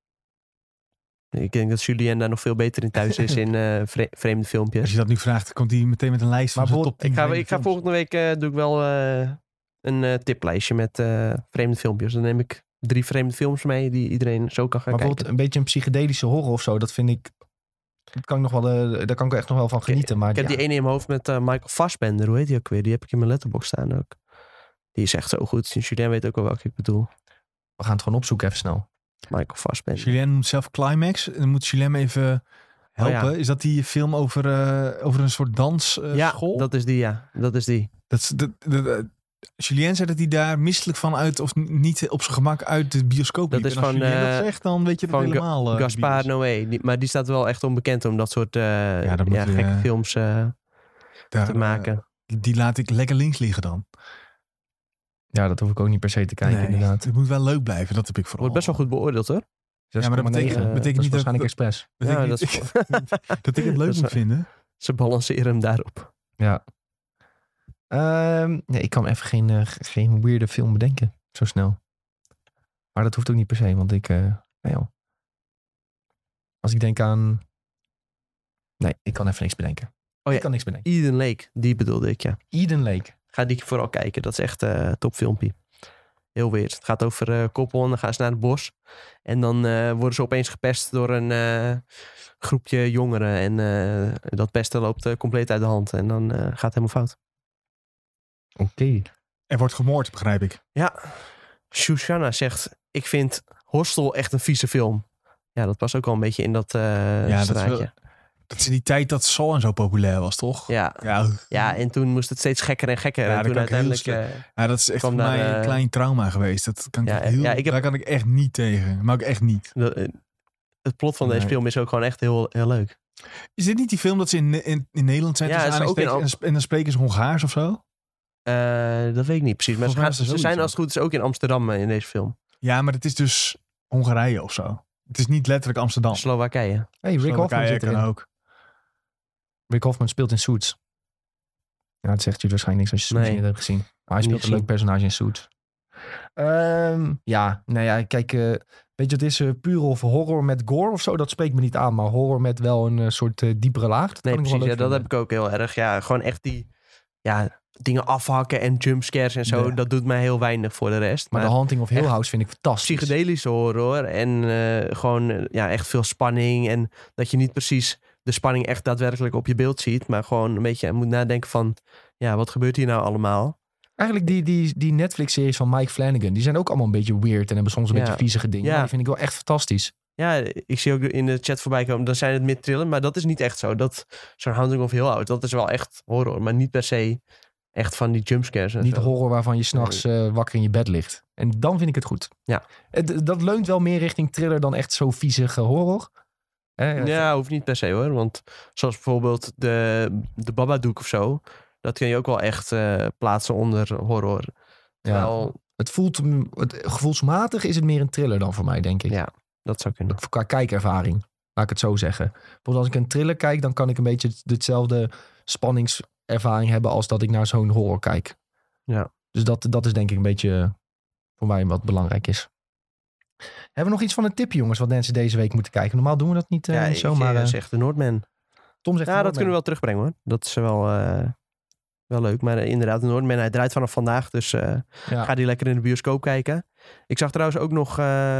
Ik denk dat Julien daar nog veel beter in thuis is in vreemde filmpjes. Als je dat nu vraagt, komt hij meteen met een lijst van zijn top 10. Ik ga volgende week doe ik wel een tiplijstje met vreemde filmpjes. Dan neem ik 3 vreemde films mee die iedereen zo kan gaan kijken. Maar een beetje een psychedelische horror of zo, dat vind ik... daar kan ik echt nog wel van genieten. Maar ik heb die ene in mijn hoofd met Michael Fassbender. Hoe heet die ook weer? Die heb ik in mijn letterbox staan ook. Die is echt zo goed. Julien weet ook wel welke ik bedoel. We gaan het gewoon opzoeken even snel. Michael Fassbender. Julien noemt zelf Climax. Dan moet Julien me even helpen. Oh, ja. Is dat die film over een soort dansschool? Ja, dat is die, ja. Dat is die. Julien zei dat hij daar misselijk van uit of niet op zijn gemak uit de bioscoop liep. Dat is en als van Julien dat zegt, dan weet je dat helemaal. Gaspar Noé. Maar die staat wel echt onbekend om dat soort gekke films te maken. Die laat ik lekker links liggen dan. Ja, dat hoef ik ook niet per se te kijken, inderdaad. Het moet wel leuk blijven, dat heb ik vooral. Wordt best wel goed beoordeeld, hoor. Ja, maar dat betekent niet waarschijnlijk expres. Dat ik het leuk moet vinden. Ze balanceren hem daarop. Ja. Nee, ik kan even geen weirde film bedenken. Zo snel. Maar dat hoeft ook niet per se, want ik Nee, joh. Als ik denk aan... Nee, ik kan even niks bedenken. ja. Ik kan niks bedenken. Eden Lake, die bedoelde ik, ja. Eden Lake. Ga die vooral kijken. Dat is echt een topfilmpje. Heel weird. Het gaat over koppel en dan gaan ze naar het bos. En dan worden ze opeens gepest door een groepje jongeren. En dat pesten loopt compleet uit de hand. En dan gaat het helemaal fout. Oké. Er wordt gemoord, begrijp ik. Ja, Shoshana zegt... Ik vind Hostel echt een vieze film. Ja, dat past ook al een beetje in dat straatje. Dat is in die tijd dat Saw en zo populair was, toch? Ja. Ja, en toen moest het steeds gekker en gekker. Ja, en toen dat kan ik heel uiteindelijk... dat is echt kwam voor mij daar, een klein trauma geweest. Dat kan ik daar kan ik echt niet tegen. Maar ook echt niet. Het plot van deze film is ook gewoon echt heel, heel leuk. Is dit niet die film dat ze in Nederland zijn? Ja, Dus is ook en dan spreken ze Hongaars of zo? Dat weet ik niet precies. Maar ze zijn als het goed is ook in Amsterdam in deze film. Ja, maar het is dus Hongarije of zo. Het is niet letterlijk Amsterdam. Slowakije. Hey, Rick Hoffman zit erin. ook. Rick Hoffman speelt in Suits. Ja, het zegt je waarschijnlijk niks als je Suits niet hebt gezien. Maar hij speelt een leuk personage in Suits. Kijk, weet je, het is puur of horror met gore of zo. Dat spreekt me niet aan, maar horror met wel een soort diepere laag. Nee, precies. Ja, dat heb ik ook heel erg. Ja, gewoon echt die dingen afhakken en jumpscares en zo. Ja. Dat doet mij heel weinig voor de rest. Maar The Haunting of Hill House vind ik fantastisch. Psychedelische horror en gewoon echt veel spanning. En dat je niet precies de spanning echt daadwerkelijk op je beeld ziet. Maar gewoon een beetje moet nadenken van... Ja, wat gebeurt hier nou allemaal? Eigenlijk die Netflix-series van Mike Flanagan... die zijn ook allemaal een beetje weird... en hebben soms een beetje viezige dingen. Ja. Maar die vind ik wel echt fantastisch. Ja, ik zie ook in de chat voorbij komen... dan zijn het meer thriller, maar dat is niet echt zo. Zo'n Haunting of Hill House, dat is wel echt horror. Maar niet per se echt van die jumpscares. Niet zo. horror waarvan je s'nachts wakker in je bed ligt. En dan vind ik het goed. Ja. Dat leunt wel meer richting thriller... dan echt zo viezige horror. Ja, hoeft niet per se hoor. Want zoals bijvoorbeeld de Babadook of zo... dat kun je ook wel echt plaatsen onder horror. Terwijl... Gevoelsmatig is het meer een thriller dan voor mij, denk ik. Ja, dat zou kunnen. Qua kijkervaring, laat ik het zo zeggen. Bijvoorbeeld als ik een thriller kijk... dan kan ik een beetje hetzelfde spanningservaring hebben... als dat ik naar zo'n horror kijk. Ja. Dus dat is denk ik een beetje voor mij wat belangrijk is. Hebben we nog iets van een tipje, jongens, wat mensen deze week moeten kijken? Normaal doen we dat niet zo, maar... zegt de Noordman. Tom zegt dat kunnen we wel terugbrengen hoor. Dat is wel leuk. Maar inderdaad, de Noordman, hij draait vanaf vandaag. Dus ga die lekker in de bioscoop kijken. Ik zag trouwens ook nog...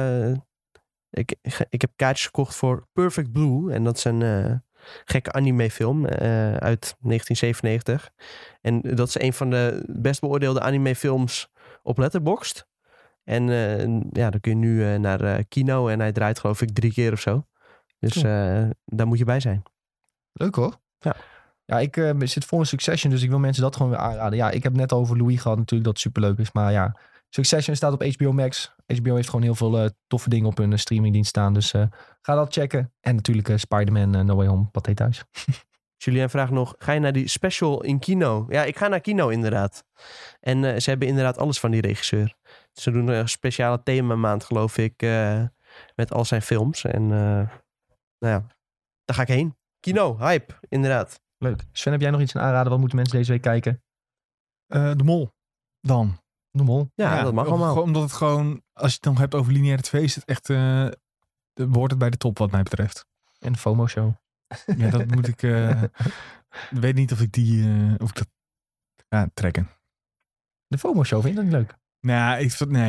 Ik heb kaartjes gekocht voor Perfect Blue. En dat is een gekke animefilm uit 1997. En dat is een van de best beoordeelde animefilms op Letterboxd. En dan kun je nu naar Kino en hij draait geloof ik 3 keer of zo. Dus daar moet je bij zijn. Leuk hoor. Ja. Ja, ik zit vol in Succession, dus ik wil mensen dat gewoon weer aanraden. Ja, ik heb net over Louis gehad natuurlijk, dat het superleuk is. Maar ja, Succession staat op HBO Max. HBO heeft gewoon heel veel toffe dingen op hun streamingdienst staan. Dus ga dat checken. En natuurlijk Spider-Man No Way Home, Pathé Thuis. Julien vraagt nog, ga je naar die special in Kino? Ja, ik ga naar Kino inderdaad. En ze hebben inderdaad alles van die regisseur. Ze doen een speciale themamaand geloof ik met al zijn films. En daar ga ik heen. Kino, hype, inderdaad. Leuk. Sven, heb jij nog iets aan aanraden? Wat moeten mensen deze week kijken? De Mol. Dan. De Mol. Ja, dat mag allemaal. Omdat het gewoon, als je het dan hebt over lineaire tv, is het echt, behoort het bij de top wat mij betreft. En de FOMO-show. Ja, dat moet ik, weet niet of ik dat ga trekken. De FOMO-show, vind je dat niet leuk? Nou,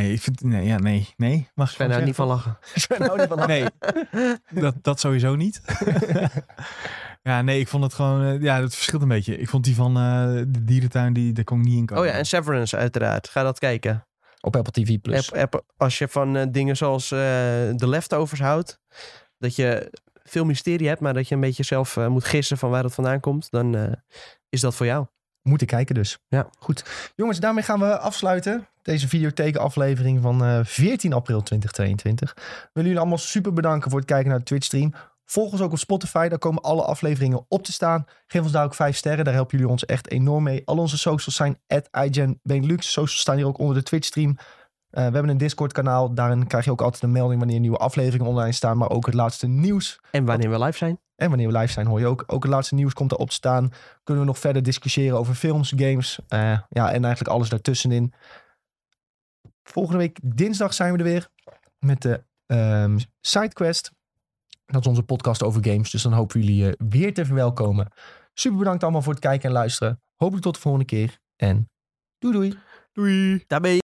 nee. Mag ik Sven houdt niet van lachen. Sven houdt niet van lachen. Nee, dat sowieso niet. Ja, nee, ik vond het gewoon... het verschilt een beetje. Ik vond die van de dierentuin, daar kon ik niet in komen. Oh ja, en Severance uiteraard. Ga dat kijken. Op Apple TV+. Als je van dingen zoals The Leftovers houdt, dat je veel mysterie hebt, maar dat je een beetje zelf moet gissen van waar het vandaan komt, dan is dat voor jou. Moeten kijken dus. Ja. Goed. Jongens, daarmee gaan we afsluiten. Deze videotheek aflevering van 14 april 2022. We willen jullie allemaal super bedanken voor het kijken naar de Twitch stream. Volg ons ook op Spotify. Daar komen alle afleveringen op te staan. Geef ons daar ook 5 sterren. Daar helpen jullie ons echt enorm mee. Al onze socials zijn @iGenBenelux. Socials staan hier ook onder de Twitch stream. We hebben een Discord kanaal. Daarin krijg je ook altijd een melding wanneer nieuwe afleveringen online staan. Maar ook het laatste nieuws. En wanneer we live zijn. En wanneer we live zijn hoor je ook. Ook het laatste nieuws komt erop te staan. Kunnen we nog verder discussiëren over films, games. En eigenlijk alles daartussenin. Volgende week dinsdag zijn we er weer. Met de SideQuest. Dat is onze podcast over games. Dus dan hopen we jullie weer te verwelkomen. Super bedankt allemaal voor het kijken en luisteren. Hopelijk tot de volgende keer. En doei doei. Doei. Daarmee.